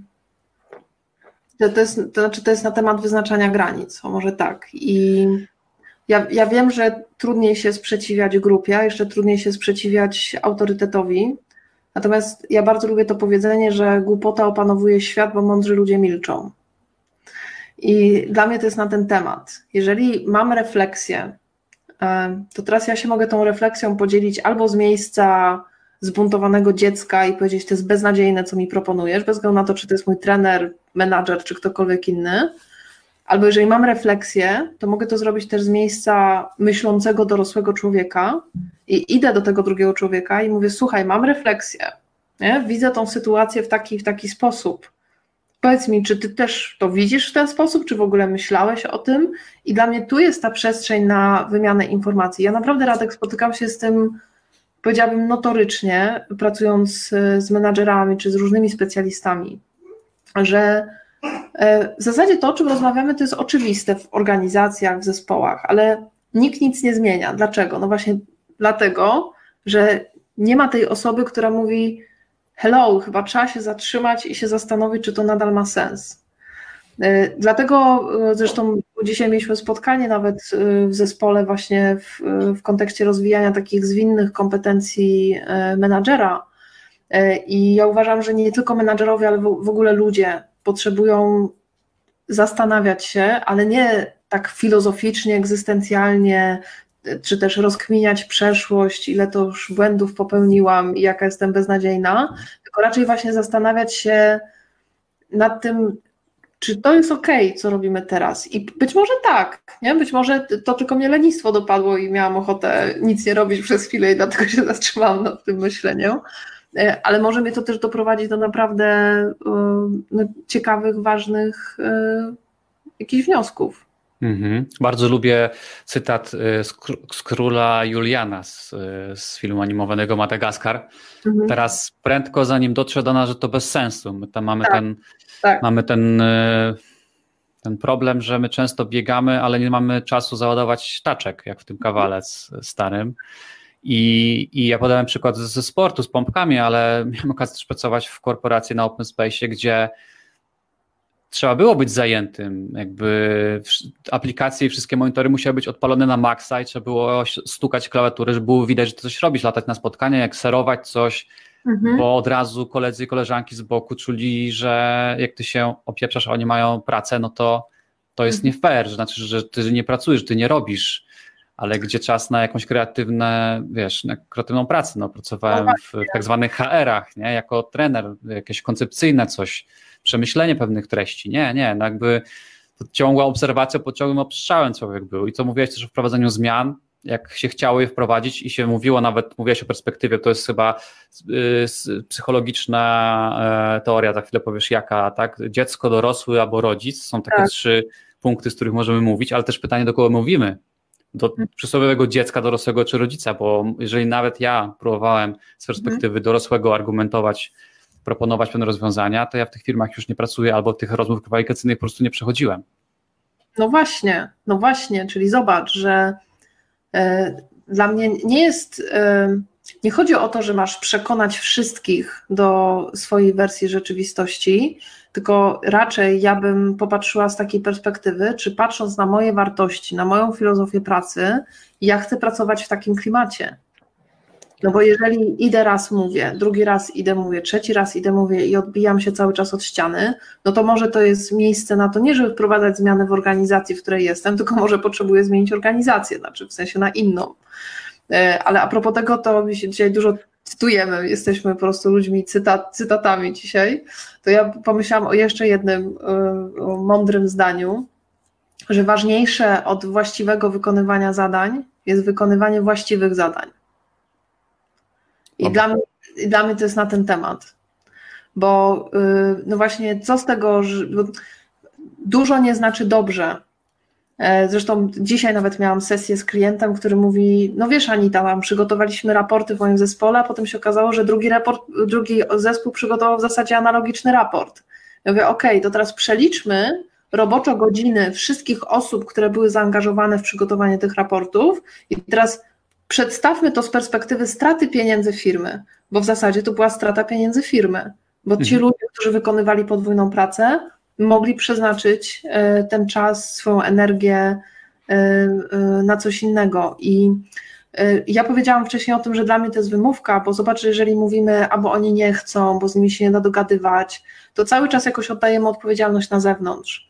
To jest, to znaczy to jest na temat wyznaczania granic, o może tak. I ja, ja wiem, że trudniej się sprzeciwiać grupie, a jeszcze trudniej się sprzeciwiać autorytetowi. Natomiast ja bardzo lubię to powiedzenie, że głupota opanowuje świat, bo mądrzy ludzie milczą. I dla mnie to jest na ten temat. Jeżeli mam refleksję, to teraz ja się mogę tą refleksją podzielić albo z miejsca zbuntowanego dziecka i powiedzieć, to jest beznadziejne, co mi proponujesz, bez względu na to, czy to jest mój trener, menadżer, czy ktokolwiek inny. Albo jeżeli mam refleksję, to mogę to zrobić też z miejsca myślącego dorosłego człowieka i idę do tego drugiego człowieka i mówię, słuchaj, mam refleksję, nie? Widzę tą sytuację w taki, w taki sposób. Powiedz mi, czy ty też to widzisz w ten sposób, czy w ogóle myślałeś o tym? I dla mnie tu jest ta przestrzeń na wymianę informacji. Ja naprawdę, Radek, spotykam się z tym, powiedziałabym notorycznie, pracując z menadżerami czy z różnymi specjalistami, że w zasadzie to, o czym rozmawiamy, to jest oczywiste w organizacjach, w zespołach, ale nikt nic nie zmienia. Dlaczego? No właśnie dlatego, że nie ma tej osoby, która mówi hello, chyba trzeba się zatrzymać i się zastanowić, czy to nadal ma sens. Dlatego zresztą dzisiaj mieliśmy spotkanie nawet w zespole właśnie w, w kontekście rozwijania takich zwinnych kompetencji menadżera i ja uważam, że nie tylko menadżerowie, ale w ogóle ludzie potrzebują zastanawiać się, ale nie tak filozoficznie, egzystencjalnie, czy też rozkminiać przeszłość, ile to już błędów popełniłam i jaka jestem beznadziejna, tylko raczej właśnie zastanawiać się nad tym, czy to jest okej, okay, co robimy teraz. I być może tak, nie? Być może to tylko mnie lenistwo dopadło i miałam ochotę nic nie robić przez chwilę i dlatego się zatrzymałam nad tym myśleniem, ale może mnie to też doprowadzić do naprawdę no, ciekawych, ważnych jakichś wniosków. Mhm. Bardzo lubię cytat z, z króla Juliana z, z filmu animowanego Madagaskar. Mhm. Teraz prędko zanim dotrze do nas, że to bez sensu. My tam mamy, tak, ten, tak. mamy ten, ten problem, że my często biegamy, ale nie mamy czasu załadować taczek, jak w tym kawale starym. I, i ja podałem przykład ze sportu, z pompkami, ale miałem okazję też pracować w korporacji na Open Space, gdzie trzeba było być zajętym, jakby aplikacje i wszystkie monitory musiały być odpalone na maksa i trzeba było stukać klawiatury, żeby było widać, że ty coś robisz, latać na spotkania, jak serować coś, mhm. bo od razu koledzy i koleżanki z boku czuli, że jak ty się opieprzasz, a oni mają pracę, no to to jest mhm. nie fair, że znaczy, że ty nie pracujesz, że ty nie robisz, ale gdzie czas na jakąś kreatywne, wiesz, na kreatywną pracę, no pracowałem w, w tak zwanych H R-ach, nie, jako trener, jakieś koncepcyjne coś, przemyślenie pewnych treści. Nie, nie, no jakby to ciągła obserwacja pod ciągłym obstrzałem człowiek był. I co mówiłeś też o wprowadzeniu zmian, jak się chciało je wprowadzić i się mówiło, nawet mówiłeś o perspektywie, to jest chyba y, psychologiczna y, teoria, za chwilę powiesz jaka, tak? Dziecko, dorosły albo rodzic, są takie tak. trzy punkty, z których możemy mówić, ale też pytanie, do kogo mówimy. Do przysłowiowego dziecka, dorosłego czy rodzica, bo jeżeli nawet ja próbowałem z perspektywy hmm. dorosłego argumentować, proponować pewne rozwiązania, to ja w tych firmach już nie pracuję albo tych rozmów kwalifikacyjnych po prostu nie przechodziłem. No właśnie, no właśnie, czyli zobacz, że y, dla mnie nie jest, y, nie chodzi o to, że masz przekonać wszystkich do swojej wersji rzeczywistości, tylko raczej ja bym popatrzyła z takiej perspektywy, czy patrząc na moje wartości, na moją filozofię pracy, ja chcę pracować w takim klimacie. No bo jeżeli idę raz mówię, drugi raz idę mówię, trzeci raz idę mówię i odbijam się cały czas od ściany, no to może to jest miejsce na to nie, żeby wprowadzać zmiany w organizacji, w której jestem, tylko może potrzebuję zmienić organizację, znaczy w sensie na inną. Ale a propos tego, to mi się dzisiaj dużo cytujemy, jesteśmy po prostu ludźmi cytat, cytatami dzisiaj, to ja pomyślałam o jeszcze jednym o mądrym zdaniu, że ważniejsze od właściwego wykonywania zadań jest wykonywanie właściwych zadań. I dla mnie, i dla mnie to jest na ten temat, bo no właśnie co z tego, że dużo nie znaczy dobrze. Zresztą dzisiaj nawet miałam sesję z klientem, który mówi, no wiesz Anita, tam przygotowaliśmy raporty w moim zespole, a potem się okazało, że drugi, raport, drugi zespół przygotował w zasadzie analogiczny raport. Ja mówię, okej, okay, to teraz przeliczmy roboczo godziny wszystkich osób, które były zaangażowane w przygotowanie tych raportów i teraz przedstawmy to z perspektywy straty pieniędzy firmy, bo w zasadzie to była strata pieniędzy firmy, bo ci mhm. ludzie, którzy wykonywali podwójną pracę, mogli przeznaczyć ten czas, swoją energię na coś innego. I ja powiedziałam wcześniej o tym, że dla mnie to jest wymówka, bo zobacz, jeżeli mówimy, albo oni nie chcą, bo z nimi się nie da dogadywać, to cały czas jakoś oddajemy odpowiedzialność na zewnątrz.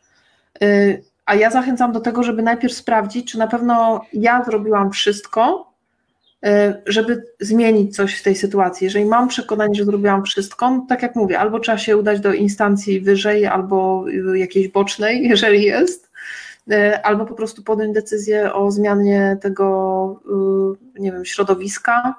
A ja zachęcam do tego, żeby najpierw sprawdzić, czy na pewno ja zrobiłam wszystko, żeby zmienić coś w tej sytuacji. Jeżeli mam przekonanie, że zrobiłam wszystko, no tak jak mówię, albo trzeba się udać do instancji wyżej, albo jakiejś bocznej, jeżeli jest, albo po prostu podjąć decyzję o zmianie tego, nie wiem, środowiska,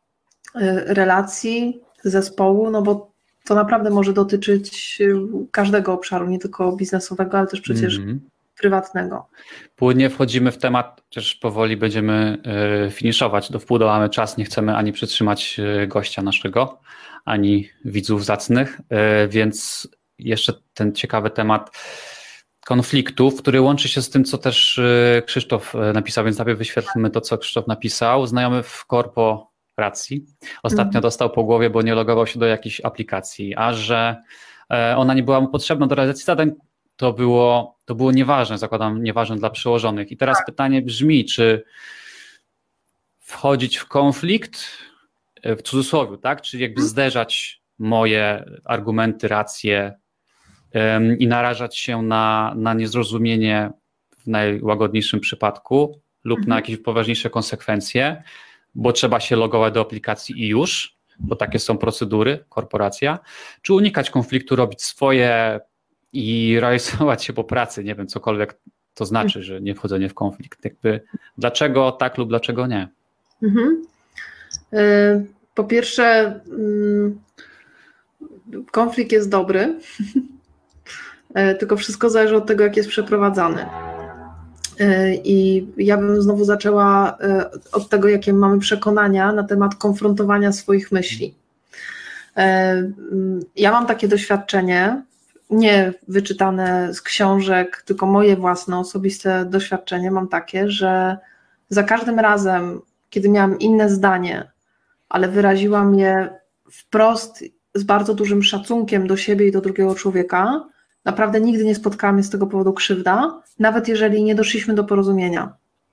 relacji, zespołu, no bo to naprawdę może dotyczyć każdego obszaru, nie tylko biznesowego, ale też przecież mm-hmm. prywatnego. Płynnie wchodzimy w temat, chociaż powoli będziemy finiszować, do wpół mamy czas, nie chcemy ani przytrzymać gościa naszego, ani widzów zacnych, więc jeszcze ten ciekawy temat konfliktów, który łączy się z tym, co też Krzysztof napisał, więc najpierw wyświetlmy to, co Krzysztof napisał. Znajomy w korporacji ostatnio mm. dostał po głowie, bo nie logował się do jakiejś aplikacji, a że ona nie była mu potrzebna do realizacji zadań, to było, to było nieważne, zakładam, nieważne dla przełożonych. I teraz tak. pytanie brzmi, czy wchodzić w konflikt, w cudzysłowie, tak? Czyli jakby zderzać moje argumenty, racje um, i narażać się na, na niezrozumienie w najłagodniejszym przypadku lub mhm. na jakieś poważniejsze konsekwencje, bo trzeba się logować do aplikacji i już, bo takie są procedury, korporacja, czy unikać konfliktu, robić swoje i realizować się po pracy, nie wiem, cokolwiek to znaczy, że nie wchodzenie w konflikt. Jakby dlaczego tak lub dlaczego nie? Mhm. Po pierwsze, konflikt jest dobry, tylko wszystko zależy od tego, jak jest przeprowadzany. I ja bym znowu zaczęła od tego, jakie mamy przekonania na temat konfrontowania swoich myśli. Ja mam takie doświadczenie, nie wyczytane z książek, tylko moje własne, osobiste doświadczenie mam takie, że za każdym razem, kiedy miałam inne zdanie, ale wyraziłam je wprost z bardzo dużym szacunkiem do siebie i do drugiego człowieka, naprawdę nigdy nie spotkała mnie z tego powodu krzywda, nawet jeżeli nie doszliśmy do porozumienia.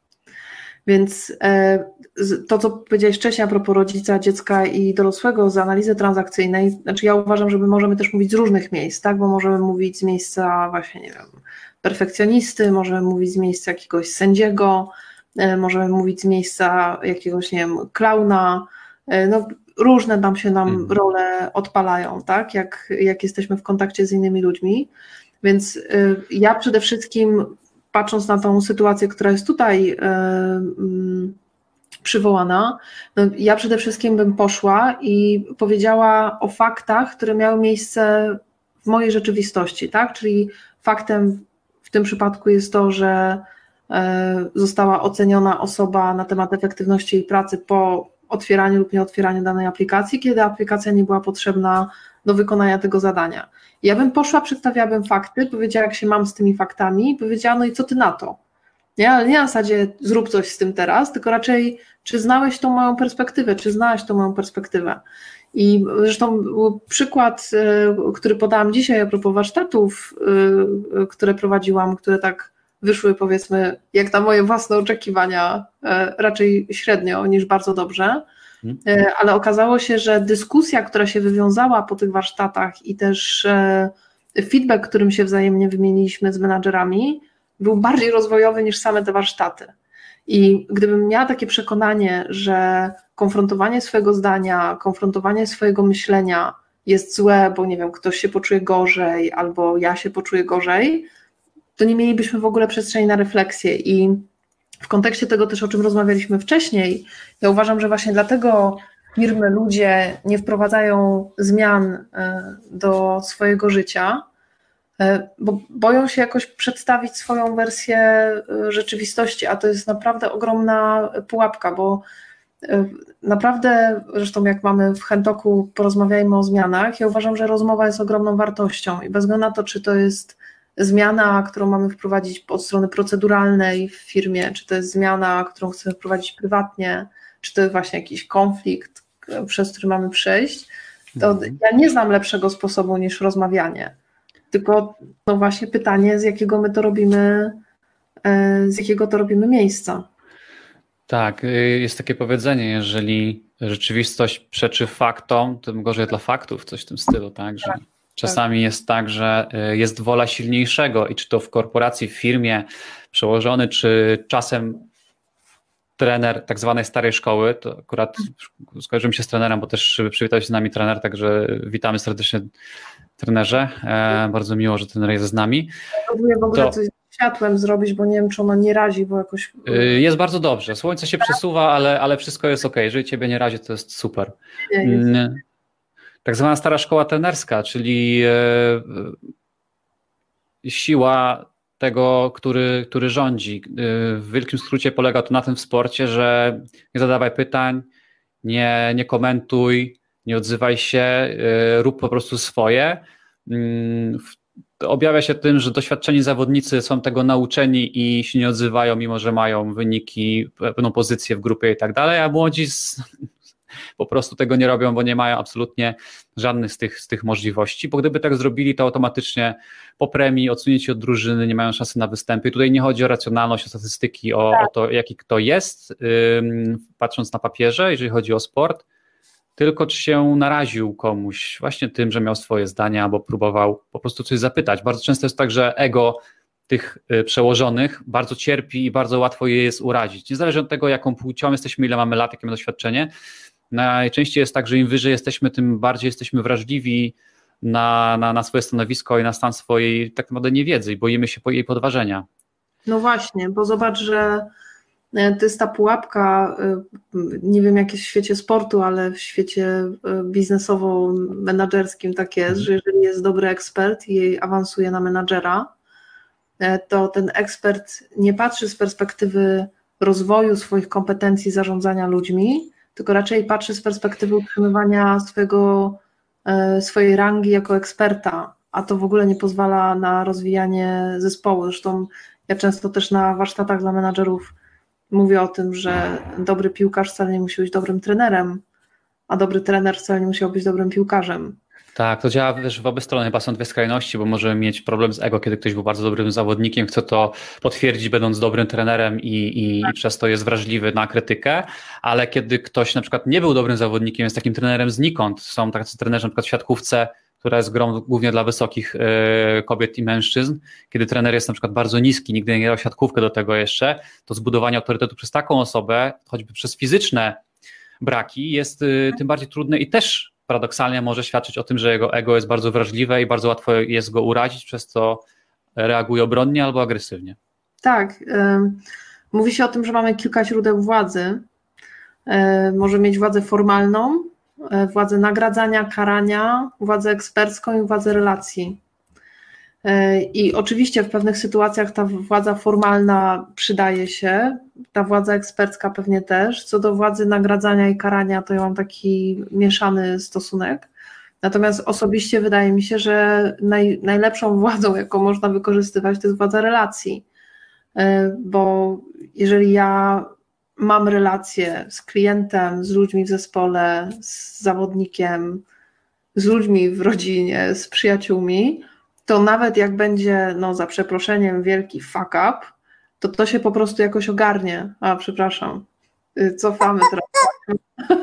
Więc to, co powiedziałeś wcześniej a propos rodzica, dziecka i dorosłego z analizy transakcyjnej, znaczy ja uważam, że my możemy też mówić z różnych miejsc, tak? Bo możemy mówić z miejsca właśnie, nie wiem, perfekcjonisty, możemy mówić z miejsca jakiegoś sędziego, możemy mówić z miejsca jakiegoś, nie wiem, klauna, no różne nam się nam hmm. role odpalają, tak? Jak, jak jesteśmy w kontakcie z innymi ludźmi, więc ja przede wszystkim, patrząc na tą sytuację, która jest tutaj yy, yy, przywołana, no ja przede wszystkim bym poszła i powiedziała o faktach, które miały miejsce w mojej rzeczywistości, tak? Czyli faktem w tym przypadku jest to, że yy, została oceniona osoba na temat efektywności jej pracy po otwieraniu lub nieotwieraniu danej aplikacji, kiedy aplikacja nie była potrzebna do wykonania tego zadania. Ja bym poszła, przedstawiałabym fakty, powiedziała, jak się mam z tymi faktami, powiedziała, no i co ty na to? Nie, ale nie na zasadzie zrób coś z tym teraz, tylko raczej, czy znałeś tą moją perspektywę, czy znałaś tą moją perspektywę. I zresztą przykład, który podałam dzisiaj a propos warsztatów, które prowadziłam, które tak wyszły, powiedzmy, jak na moje własne oczekiwania, raczej średnio niż bardzo dobrze, ale okazało się, że dyskusja, która się wywiązała po tych warsztatach i też feedback, którym się wzajemnie wymieniliśmy z menadżerami, był bardziej rozwojowy niż same te warsztaty. I gdybym miała takie przekonanie, że konfrontowanie swojego zdania, konfrontowanie swojego myślenia jest złe, bo nie wiem, ktoś się poczuje gorzej albo ja się poczuję gorzej, to nie mielibyśmy w ogóle przestrzeni na refleksję. I w kontekście tego też, o czym rozmawialiśmy wcześniej, ja uważam, że właśnie dlatego firmy, ludzie nie wprowadzają zmian do swojego życia, bo boją się jakoś przedstawić swoją wersję rzeczywistości, a to jest naprawdę ogromna pułapka, bo naprawdę, zresztą jak mamy w Hentoku porozmawiajmy o zmianach, ja uważam, że rozmowa jest ogromną wartością i bez względu na to, czy to jest zmiana, którą mamy wprowadzić od strony proceduralnej w firmie, czy to jest zmiana, którą chcemy wprowadzić prywatnie, czy to jest właśnie jakiś konflikt, przez który mamy przejść, to mhm. ja nie znam lepszego sposobu niż rozmawianie. Tylko no właśnie pytanie, z jakiego my to robimy, z jakiego to robimy miejsca. Tak, jest takie powiedzenie, jeżeli rzeczywistość przeczy faktom, tym gorzej dla faktów, coś w tym stylu, tak, że tak. Czasami jest tak, że jest wola silniejszego i czy to w korporacji, w firmie przełożony, czy czasem trener tak zwanej starej szkoły, to akurat skojarzymy się z trenerem, bo też przywitał się z nami trener, także witamy serdecznie trenerze, bardzo miło, że trener jest z nami. Próbuję w ogóle to... coś z światłem zrobić, bo nie wiem, czy ono nie razi, bo jakoś... Jest bardzo dobrze, słońce się przesuwa, ale, ale wszystko jest ok, jeżeli ciebie nie razi, to jest super. Jest. Tak zwana stara szkoła trenerska, czyli siła tego, który, który rządzi. W wielkim skrócie polega to na tym w sporcie, że nie zadawaj pytań, nie, nie komentuj, nie odzywaj się, rób po prostu swoje. Objawia się tym, że doświadczeni zawodnicy są tego nauczeni i się nie odzywają, mimo że mają wyniki, pewną pozycję w grupie i tak dalej, a młodzi z, po prostu tego nie robią, bo nie mają absolutnie żadnych z tych, z tych możliwości, bo gdyby tak zrobili, to automatycznie po premii odsunięci od drużyny, nie mają szansy na występy. I tutaj nie chodzi o racjonalność, o statystyki, o, tak. o to, jaki kto jest, ym, patrząc na papierze, jeżeli chodzi o sport, tylko czy się naraził komuś właśnie tym, że miał swoje zdania, albo próbował po prostu coś zapytać. Bardzo często jest tak, że ego tych przełożonych bardzo cierpi i bardzo łatwo je jest urazić. Niezależnie od tego, jaką płcią jesteśmy, ile mamy lat, jakie mamy doświadczenie, najczęściej jest tak, że im wyżej jesteśmy, tym bardziej jesteśmy wrażliwi na, na, na swoje stanowisko i na stan swojej tak naprawdę niewiedzy i boimy się jej podważenia. No właśnie, bo zobacz, że to jest ta pułapka, nie wiem jak jest w świecie sportu, ale w świecie biznesowo-menadżerskim tak jest, że jeżeli jest dobry ekspert i awansuje na menadżera, to ten ekspert nie patrzy z perspektywy rozwoju swoich kompetencji zarządzania ludźmi, tylko raczej patrzy z perspektywy utrzymywania swojego, swojej rangi jako eksperta, a to w ogóle nie pozwala na rozwijanie zespołu. Zresztą ja często też na warsztatach dla menadżerów Mówię o tym, że dobry piłkarz wcale nie musi być dobrym trenerem, a dobry trener wcale nie musiał być dobrym piłkarzem. Tak, to działa też w obie strony, chyba są dwie skrajności, bo możemy mieć problem z ego, kiedy ktoś był bardzo dobrym zawodnikiem, chce to potwierdzić, będąc dobrym trenerem i, i, i przez to jest wrażliwy na krytykę, ale kiedy ktoś na przykład nie był dobrym zawodnikiem, jest takim trenerem znikąd, są tacy trenerzy na przykład w siatkówce, która jest grą głównie dla wysokich y, kobiet i mężczyzn, kiedy trener jest na przykład bardzo niski, nigdy nie grał siatkówkę do tego jeszcze, to zbudowanie autorytetu przez taką osobę, choćby przez fizyczne braki, jest y, tym bardziej trudne i też paradoksalnie może świadczyć o tym, że jego ego jest bardzo wrażliwe i bardzo łatwo jest go urazić, przez co reaguje obronnie albo agresywnie. Tak. Y, mówi się o tym, że mamy kilka źródeł władzy. Y, może mieć władzę formalną, y, władzę nagradzania, karania, władzę ekspercką i władzę relacji. Y, I oczywiście w pewnych sytuacjach ta władza formalna przydaje się, ta władza ekspercka pewnie też. Co do władzy nagradzania i karania, to ja mam taki mieszany stosunek. Natomiast osobiście wydaje mi się, że naj, najlepszą władzą, jaką można wykorzystywać, to jest władza relacji. Bo jeżeli ja mam relacje z klientem, z ludźmi w zespole, z zawodnikiem, z ludźmi w rodzinie, z przyjaciółmi, to nawet jak będzie, no za przeproszeniem, wielki fuck up, to to się po prostu jakoś ogarnie. A, przepraszam, cofamy trochę.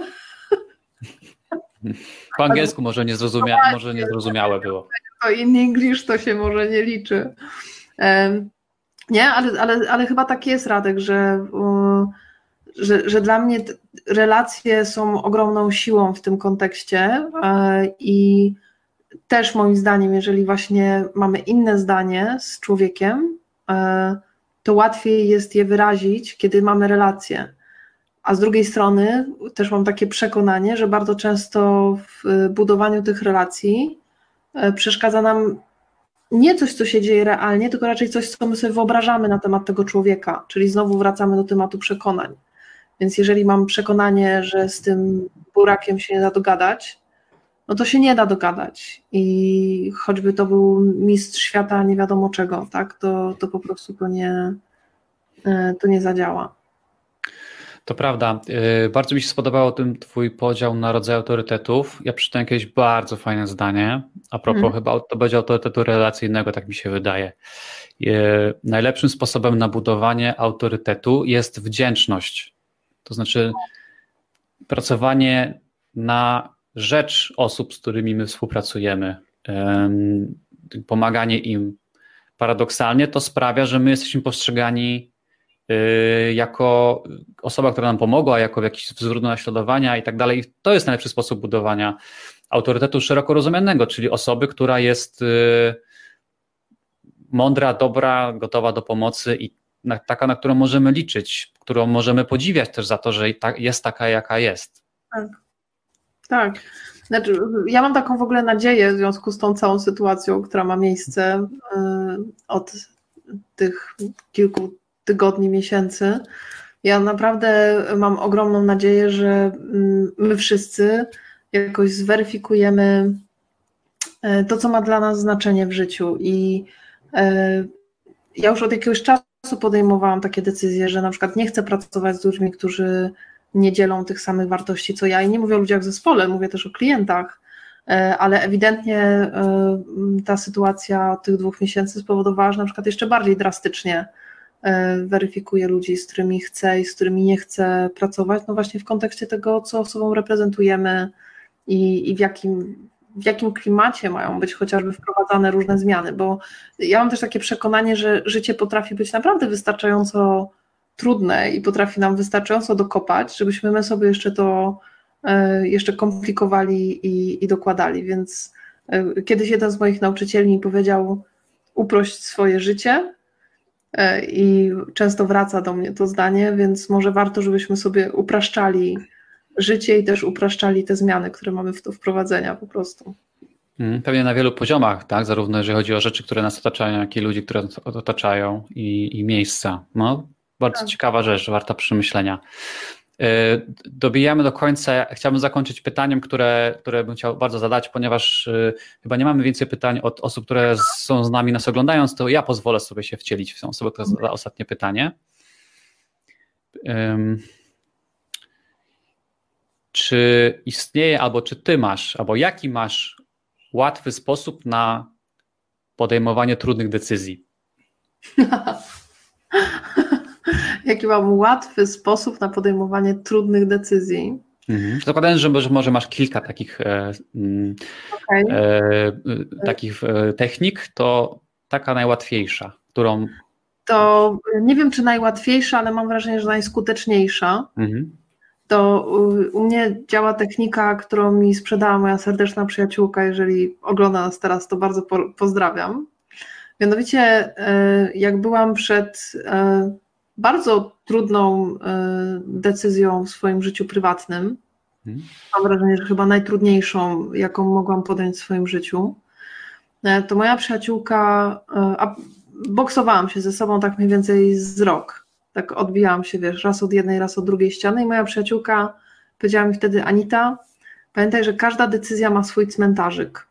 Po angielsku może, niezrozumia- może niezrozumiałe było. To in English to się może nie liczy. Nie, ale, ale, ale chyba tak jest, Radek, że, że, że dla mnie relacje są ogromną siłą w tym kontekście i też moim zdaniem, jeżeli właśnie mamy inne zdanie z człowiekiem, to łatwiej jest je wyrazić, kiedy mamy relacje. A z drugiej strony też mam takie przekonanie, że bardzo często w budowaniu tych relacji przeszkadza nam nie coś, co się dzieje realnie, tylko raczej coś, co my sobie wyobrażamy na temat tego człowieka, czyli znowu wracamy do tematu przekonań. Więc jeżeli mam przekonanie, że z tym burakiem się nie da dogadać, no to się nie da dogadać i choćby to był mistrz świata nie wiadomo czego, tak, to, to po prostu to nie, to nie zadziała. To prawda. Bardzo mi się spodobało tym twój podział na rodzaje autorytetów. Ja przeczytałem jakieś bardzo fajne zdanie a propos hmm. chyba to będzie autorytetu relacyjnego, tak mi się wydaje. Najlepszym sposobem na budowanie autorytetu jest wdzięczność. To znaczy pracowanie na rzecz osób, z którymi my współpracujemy. Pomaganie im. Paradoksalnie to sprawia, że my jesteśmy postrzegani jako osoba, która nam pomogła, jako jakiś wzór do naśladowania i tak dalej. I to jest najlepszy sposób budowania autorytetu szeroko rozumianego, czyli osoby, która jest mądra, dobra, gotowa do pomocy i taka, na którą możemy liczyć, którą możemy podziwiać też za to, że jest taka, jaka jest. Tak, tak. Znaczy, ja mam taką w ogóle nadzieję w związku z tą całą sytuacją, która ma miejsce od tych kilku tygodni, miesięcy. Ja naprawdę mam ogromną nadzieję, że my wszyscy jakoś zweryfikujemy to, co ma dla nas znaczenie w życiu. I ja już od jakiegoś czasu podejmowałam takie decyzje, że na przykład nie chcę pracować z ludźmi, którzy nie dzielą tych samych wartości co ja. I nie mówię o ludziach w zespole, mówię też o klientach, ale ewidentnie ta sytuacja od tych dwóch miesięcy spowodowała, że na przykład jeszcze bardziej drastycznie weryfikuję ludzi, z którymi chcę i z którymi nie chcę pracować, no właśnie w kontekście tego, co osobą reprezentujemy i, i w jakim, w jakim klimacie mają być chociażby wprowadzane różne zmiany, bo ja mam też takie przekonanie, że życie potrafi być naprawdę wystarczająco trudne i potrafi nam wystarczająco dokopać, żebyśmy my sobie jeszcze to jeszcze komplikowali i, i dokładali, więc kiedyś jeden z moich nauczycieli mi powiedział: uprość swoje życie, i często wraca do mnie to zdanie, więc może warto, żebyśmy sobie upraszczali życie i też upraszczali te zmiany, które mamy w to wprowadzenia po prostu. Pewnie na wielu poziomach, tak? Zarówno jeżeli chodzi o rzeczy, które nas otaczają, jak i ludzi, które nas otaczają i, i miejsca. No, bardzo tak. Ciekawa rzecz, warta przemyślenia. Dobijamy do końca. Chciałbym zakończyć pytaniem, które, które bym chciał bardzo zadać, ponieważ chyba nie mamy więcej pytań od osób, które są z nami, nas oglądając, to ja pozwolę sobie się wcielić w tą osobę, która zada ostatnie pytanie. um, czy istnieje, albo czy ty masz, albo jaki masz łatwy sposób na podejmowanie trudnych decyzji? Jaki mam łatwy sposób na podejmowanie trudnych decyzji? Mhm. Zakładając, że może masz kilka takich, e, okay. e, takich e, technik, to taka najłatwiejsza, którą... To nie wiem, czy najłatwiejsza, ale mam wrażenie, że najskuteczniejsza. Mhm. To u, u mnie działa technika, którą mi sprzedała moja serdeczna przyjaciółka. Jeżeli ogląda nas teraz, to bardzo po, pozdrawiam. Mianowicie, e, jak byłam przed e, bardzo trudną e, decyzją w swoim życiu prywatnym, hmm. mam wrażenie, że chyba najtrudniejszą, jaką mogłam podjąć w swoim życiu, e, to moja przyjaciółka, e, a boksowałam się ze sobą tak mniej więcej z rok, tak odbijałam się, wiesz, raz od jednej, raz od drugiej ściany i moja przyjaciółka powiedziała mi wtedy: Anita, pamiętaj, że każda decyzja ma swój cmentarzyk.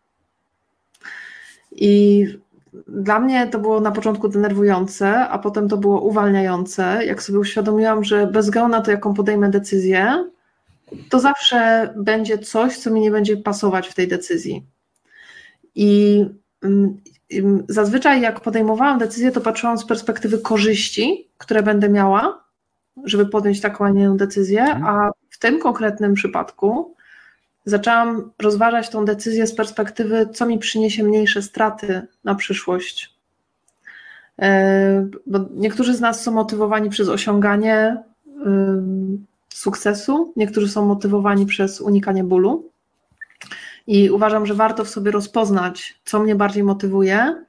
I dla mnie to było na początku denerwujące, a potem to było uwalniające, jak sobie uświadomiłam, że bez względu na to, jaką podejmę decyzję, to zawsze będzie coś, co mi nie będzie pasować w tej decyzji. I zazwyczaj jak podejmowałam decyzję, to patrzyłam z perspektywy korzyści, które będę miała, żeby podjąć taką, a nie inną decyzję, a w tym konkretnym przypadku zaczęłam rozważać tą decyzję z perspektywy, co mi przyniesie mniejsze straty na przyszłość. Bo niektórzy z nas są motywowani przez osiąganie sukcesu, niektórzy są motywowani przez unikanie bólu. I uważam, że warto w sobie rozpoznać, co mnie bardziej motywuje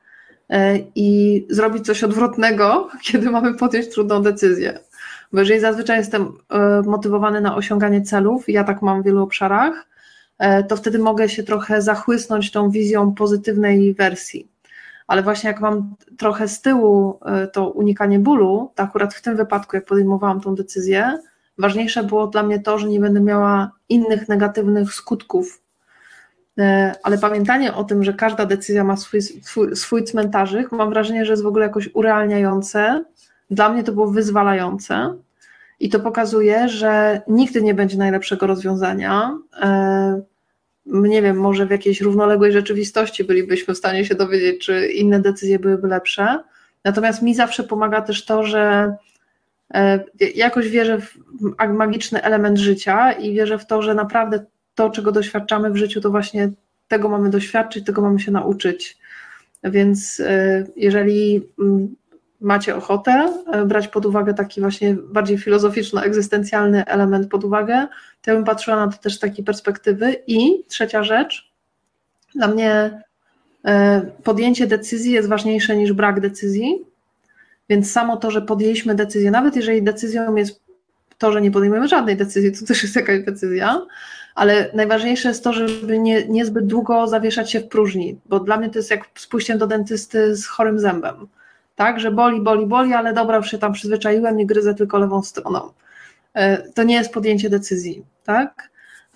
i zrobić coś odwrotnego, kiedy mamy podjąć trudną decyzję. Bo jeżeli zazwyczaj jestem motywowany na osiąganie celów, i ja tak mam w wielu obszarach, to wtedy mogę się trochę zachłysnąć tą wizją pozytywnej wersji. Ale właśnie jak mam trochę z tyłu to unikanie bólu, to akurat w tym wypadku, jak podejmowałam tą decyzję, ważniejsze było dla mnie to, że nie będę miała innych negatywnych skutków. Ale pamiętanie o tym, że każda decyzja ma swój, swój, swój cmentarzyk, mam wrażenie, że jest w ogóle jakoś urealniające. Dla mnie to było wyzwalające i to pokazuje, że nigdy nie będzie najlepszego rozwiązania. Nie wiem, może w jakiejś równoległej rzeczywistości bylibyśmy w stanie się dowiedzieć, czy inne decyzje byłyby lepsze. Natomiast mi zawsze pomaga też to, że jakoś wierzę w magiczny element życia i wierzę w to, że naprawdę to, czego doświadczamy w życiu, to właśnie tego mamy doświadczyć, tego mamy się nauczyć. Więc jeżeli macie ochotę brać pod uwagę taki właśnie bardziej filozoficzno-egzystencjalny element pod uwagę, to ja bym patrzyła na to też z takiej perspektywy. I trzecia rzecz, dla mnie podjęcie decyzji jest ważniejsze niż brak decyzji, więc samo to, że podjęliśmy decyzję, nawet jeżeli decyzją jest to, że nie podejmujemy żadnej decyzji, to też jest jakaś decyzja, ale najważniejsze jest to, żeby nie, niezbyt długo zawieszać się w próżni, bo dla mnie to jest jak z pójściem do dentysty z chorym zębem, tak, że boli, boli, boli, ale dobra, już się tam przyzwyczaiłem, nie gryzę tylko lewą stroną. To nie jest podjęcie decyzji, tak?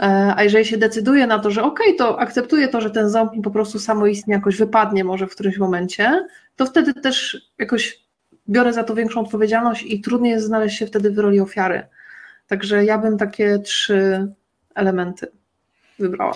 A jeżeli się decyduje na to, że okej, okay, to akceptuję to, że ten ząb mi po prostu samoistnie jakoś wypadnie może w którymś momencie, to wtedy też jakoś biorę za to większą odpowiedzialność i trudniej jest znaleźć się wtedy w roli ofiary. Także ja bym takie trzy elementy wybrała.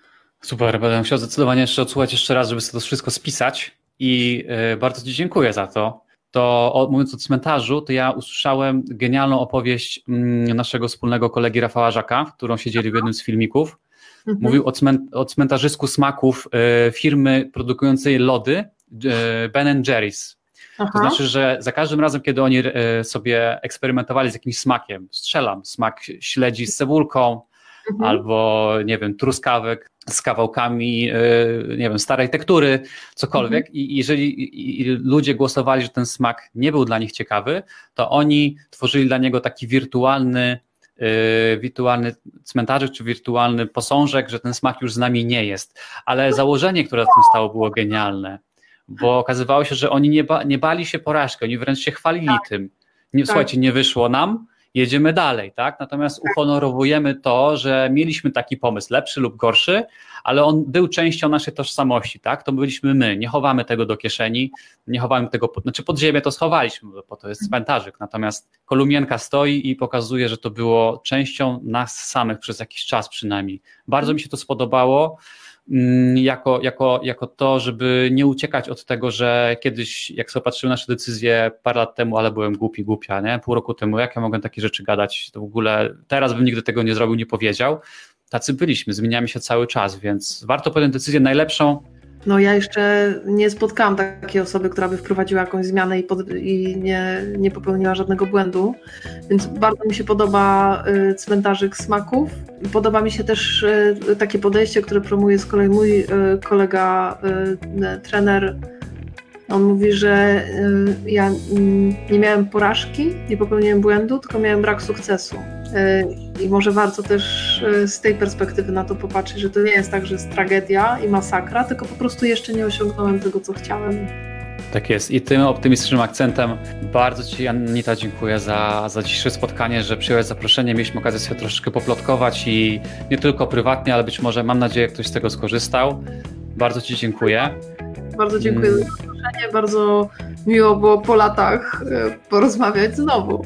Super, będę musiał zdecydowanie jeszcze odsłuchać jeszcze raz, żeby sobie to wszystko spisać i bardzo Ci dziękuję za to. To mówiąc o cmentarzu, to ja usłyszałem genialną opowieść naszego wspólnego kolegi Rafała Żaka, którą siedzieli w jednym z filmików. Mhm. Mówił o, cment- o cmentarzysku smaków firmy produkującej lody Ben and Jerry's. Aha. To znaczy, że za każdym razem, kiedy oni sobie eksperymentowali z jakimś smakiem, strzelam, smak śledzi z cebulką, mhm. albo nie wiem, truskawek z kawałkami, nie wiem, starej tektury, cokolwiek. Mhm. I jeżeli i, i ludzie głosowali, że ten smak nie był dla nich ciekawy, to oni tworzyli dla niego taki wirtualny, yy, wirtualny cmentarzyk czy wirtualny posążek, że ten smak już z nami nie jest. Ale założenie, które w tym stało, było genialne. Bo okazywało się, że oni nie, ba, nie bali się porażki, oni wręcz się chwalili tak. tym. Nie, tak. Słuchajcie, nie wyszło nam, jedziemy dalej, tak? Natomiast uhonorowujemy to, że mieliśmy taki pomysł, lepszy lub gorszy, ale on był częścią naszej tożsamości, tak? To byliśmy my, nie chowamy tego do kieszeni, nie chowamy tego, pod, znaczy pod ziemię to schowaliśmy, bo to jest cmentarzyk, natomiast kolumienka stoi i pokazuje, że to było częścią nas samych przez jakiś czas przynajmniej. Bardzo mi się to spodobało, Jako, jako, jako to, żeby nie uciekać od tego, że kiedyś, jak sobie patrzyłem na nasze decyzje parę lat temu, ale byłem głupi, głupia, nie? Pół roku temu, jak ja mogłem takie rzeczy gadać, to w ogóle teraz bym nigdy tego nie zrobił, nie powiedział. Tacy byliśmy, zmieniamy się cały czas, więc warto podjąć decyzję najlepszą. No ja jeszcze nie spotkałam takiej osoby, która by wprowadziła jakąś zmianę i, pod, i nie, nie popełniła żadnego błędu, więc bardzo mi się podoba y, cmentarzyk smaków. Podoba mi się też y, takie podejście, które promuje z kolei mój y, kolega, y, trener. On mówi, że y, ja y, nie miałem porażki, nie popełniłem błędu, tylko miałem brak sukcesu. Y, I może warto też y, z tej perspektywy na to popatrzeć, że to nie jest tak, że jest tragedia i masakra, tylko po prostu jeszcze nie osiągnąłem tego, co chciałem. Tak jest. I tym optymistycznym akcentem bardzo Ci, Anita, dziękuję za, za dzisiejsze spotkanie, że przyjąłeś zaproszenie. Mieliśmy okazję sobie troszeczkę poplotkować i nie tylko prywatnie, ale być może, mam nadzieję, ktoś z tego skorzystał. Bardzo Ci dziękuję. Bardzo dziękuję za zaproszenie. Bardzo miło było po latach porozmawiać znowu.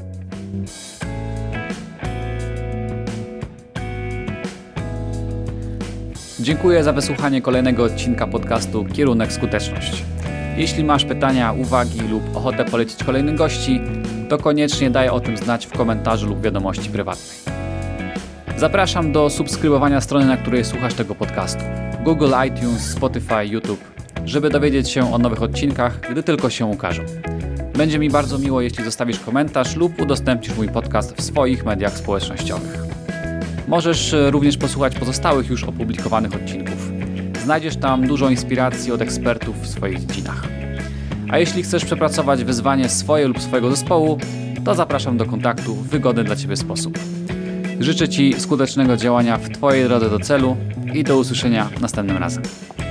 Dziękuję za wysłuchanie kolejnego odcinka podcastu Kierunek Skuteczność. Jeśli masz pytania, uwagi lub ochotę polecić kolejnych gości, to koniecznie daj o tym znać w komentarzu lub wiadomości prywatnej. Zapraszam do subskrybowania strony, na której słuchasz tego podcastu. Google, iTunes, Spotify, YouTube, żeby dowiedzieć się o nowych odcinkach, gdy tylko się ukażą. Będzie mi bardzo miło, jeśli zostawisz komentarz lub udostępnisz mój podcast w swoich mediach społecznościowych. Możesz również posłuchać pozostałych już opublikowanych odcinków. Znajdziesz tam dużo inspiracji od ekspertów w swoich dziedzinach. A jeśli chcesz przepracować wyzwanie swoje lub swojego zespołu, to zapraszam do kontaktu w wygodny dla Ciebie sposób. Życzę Ci skutecznego działania w Twojej drodze do celu i do usłyszenia następnym razem.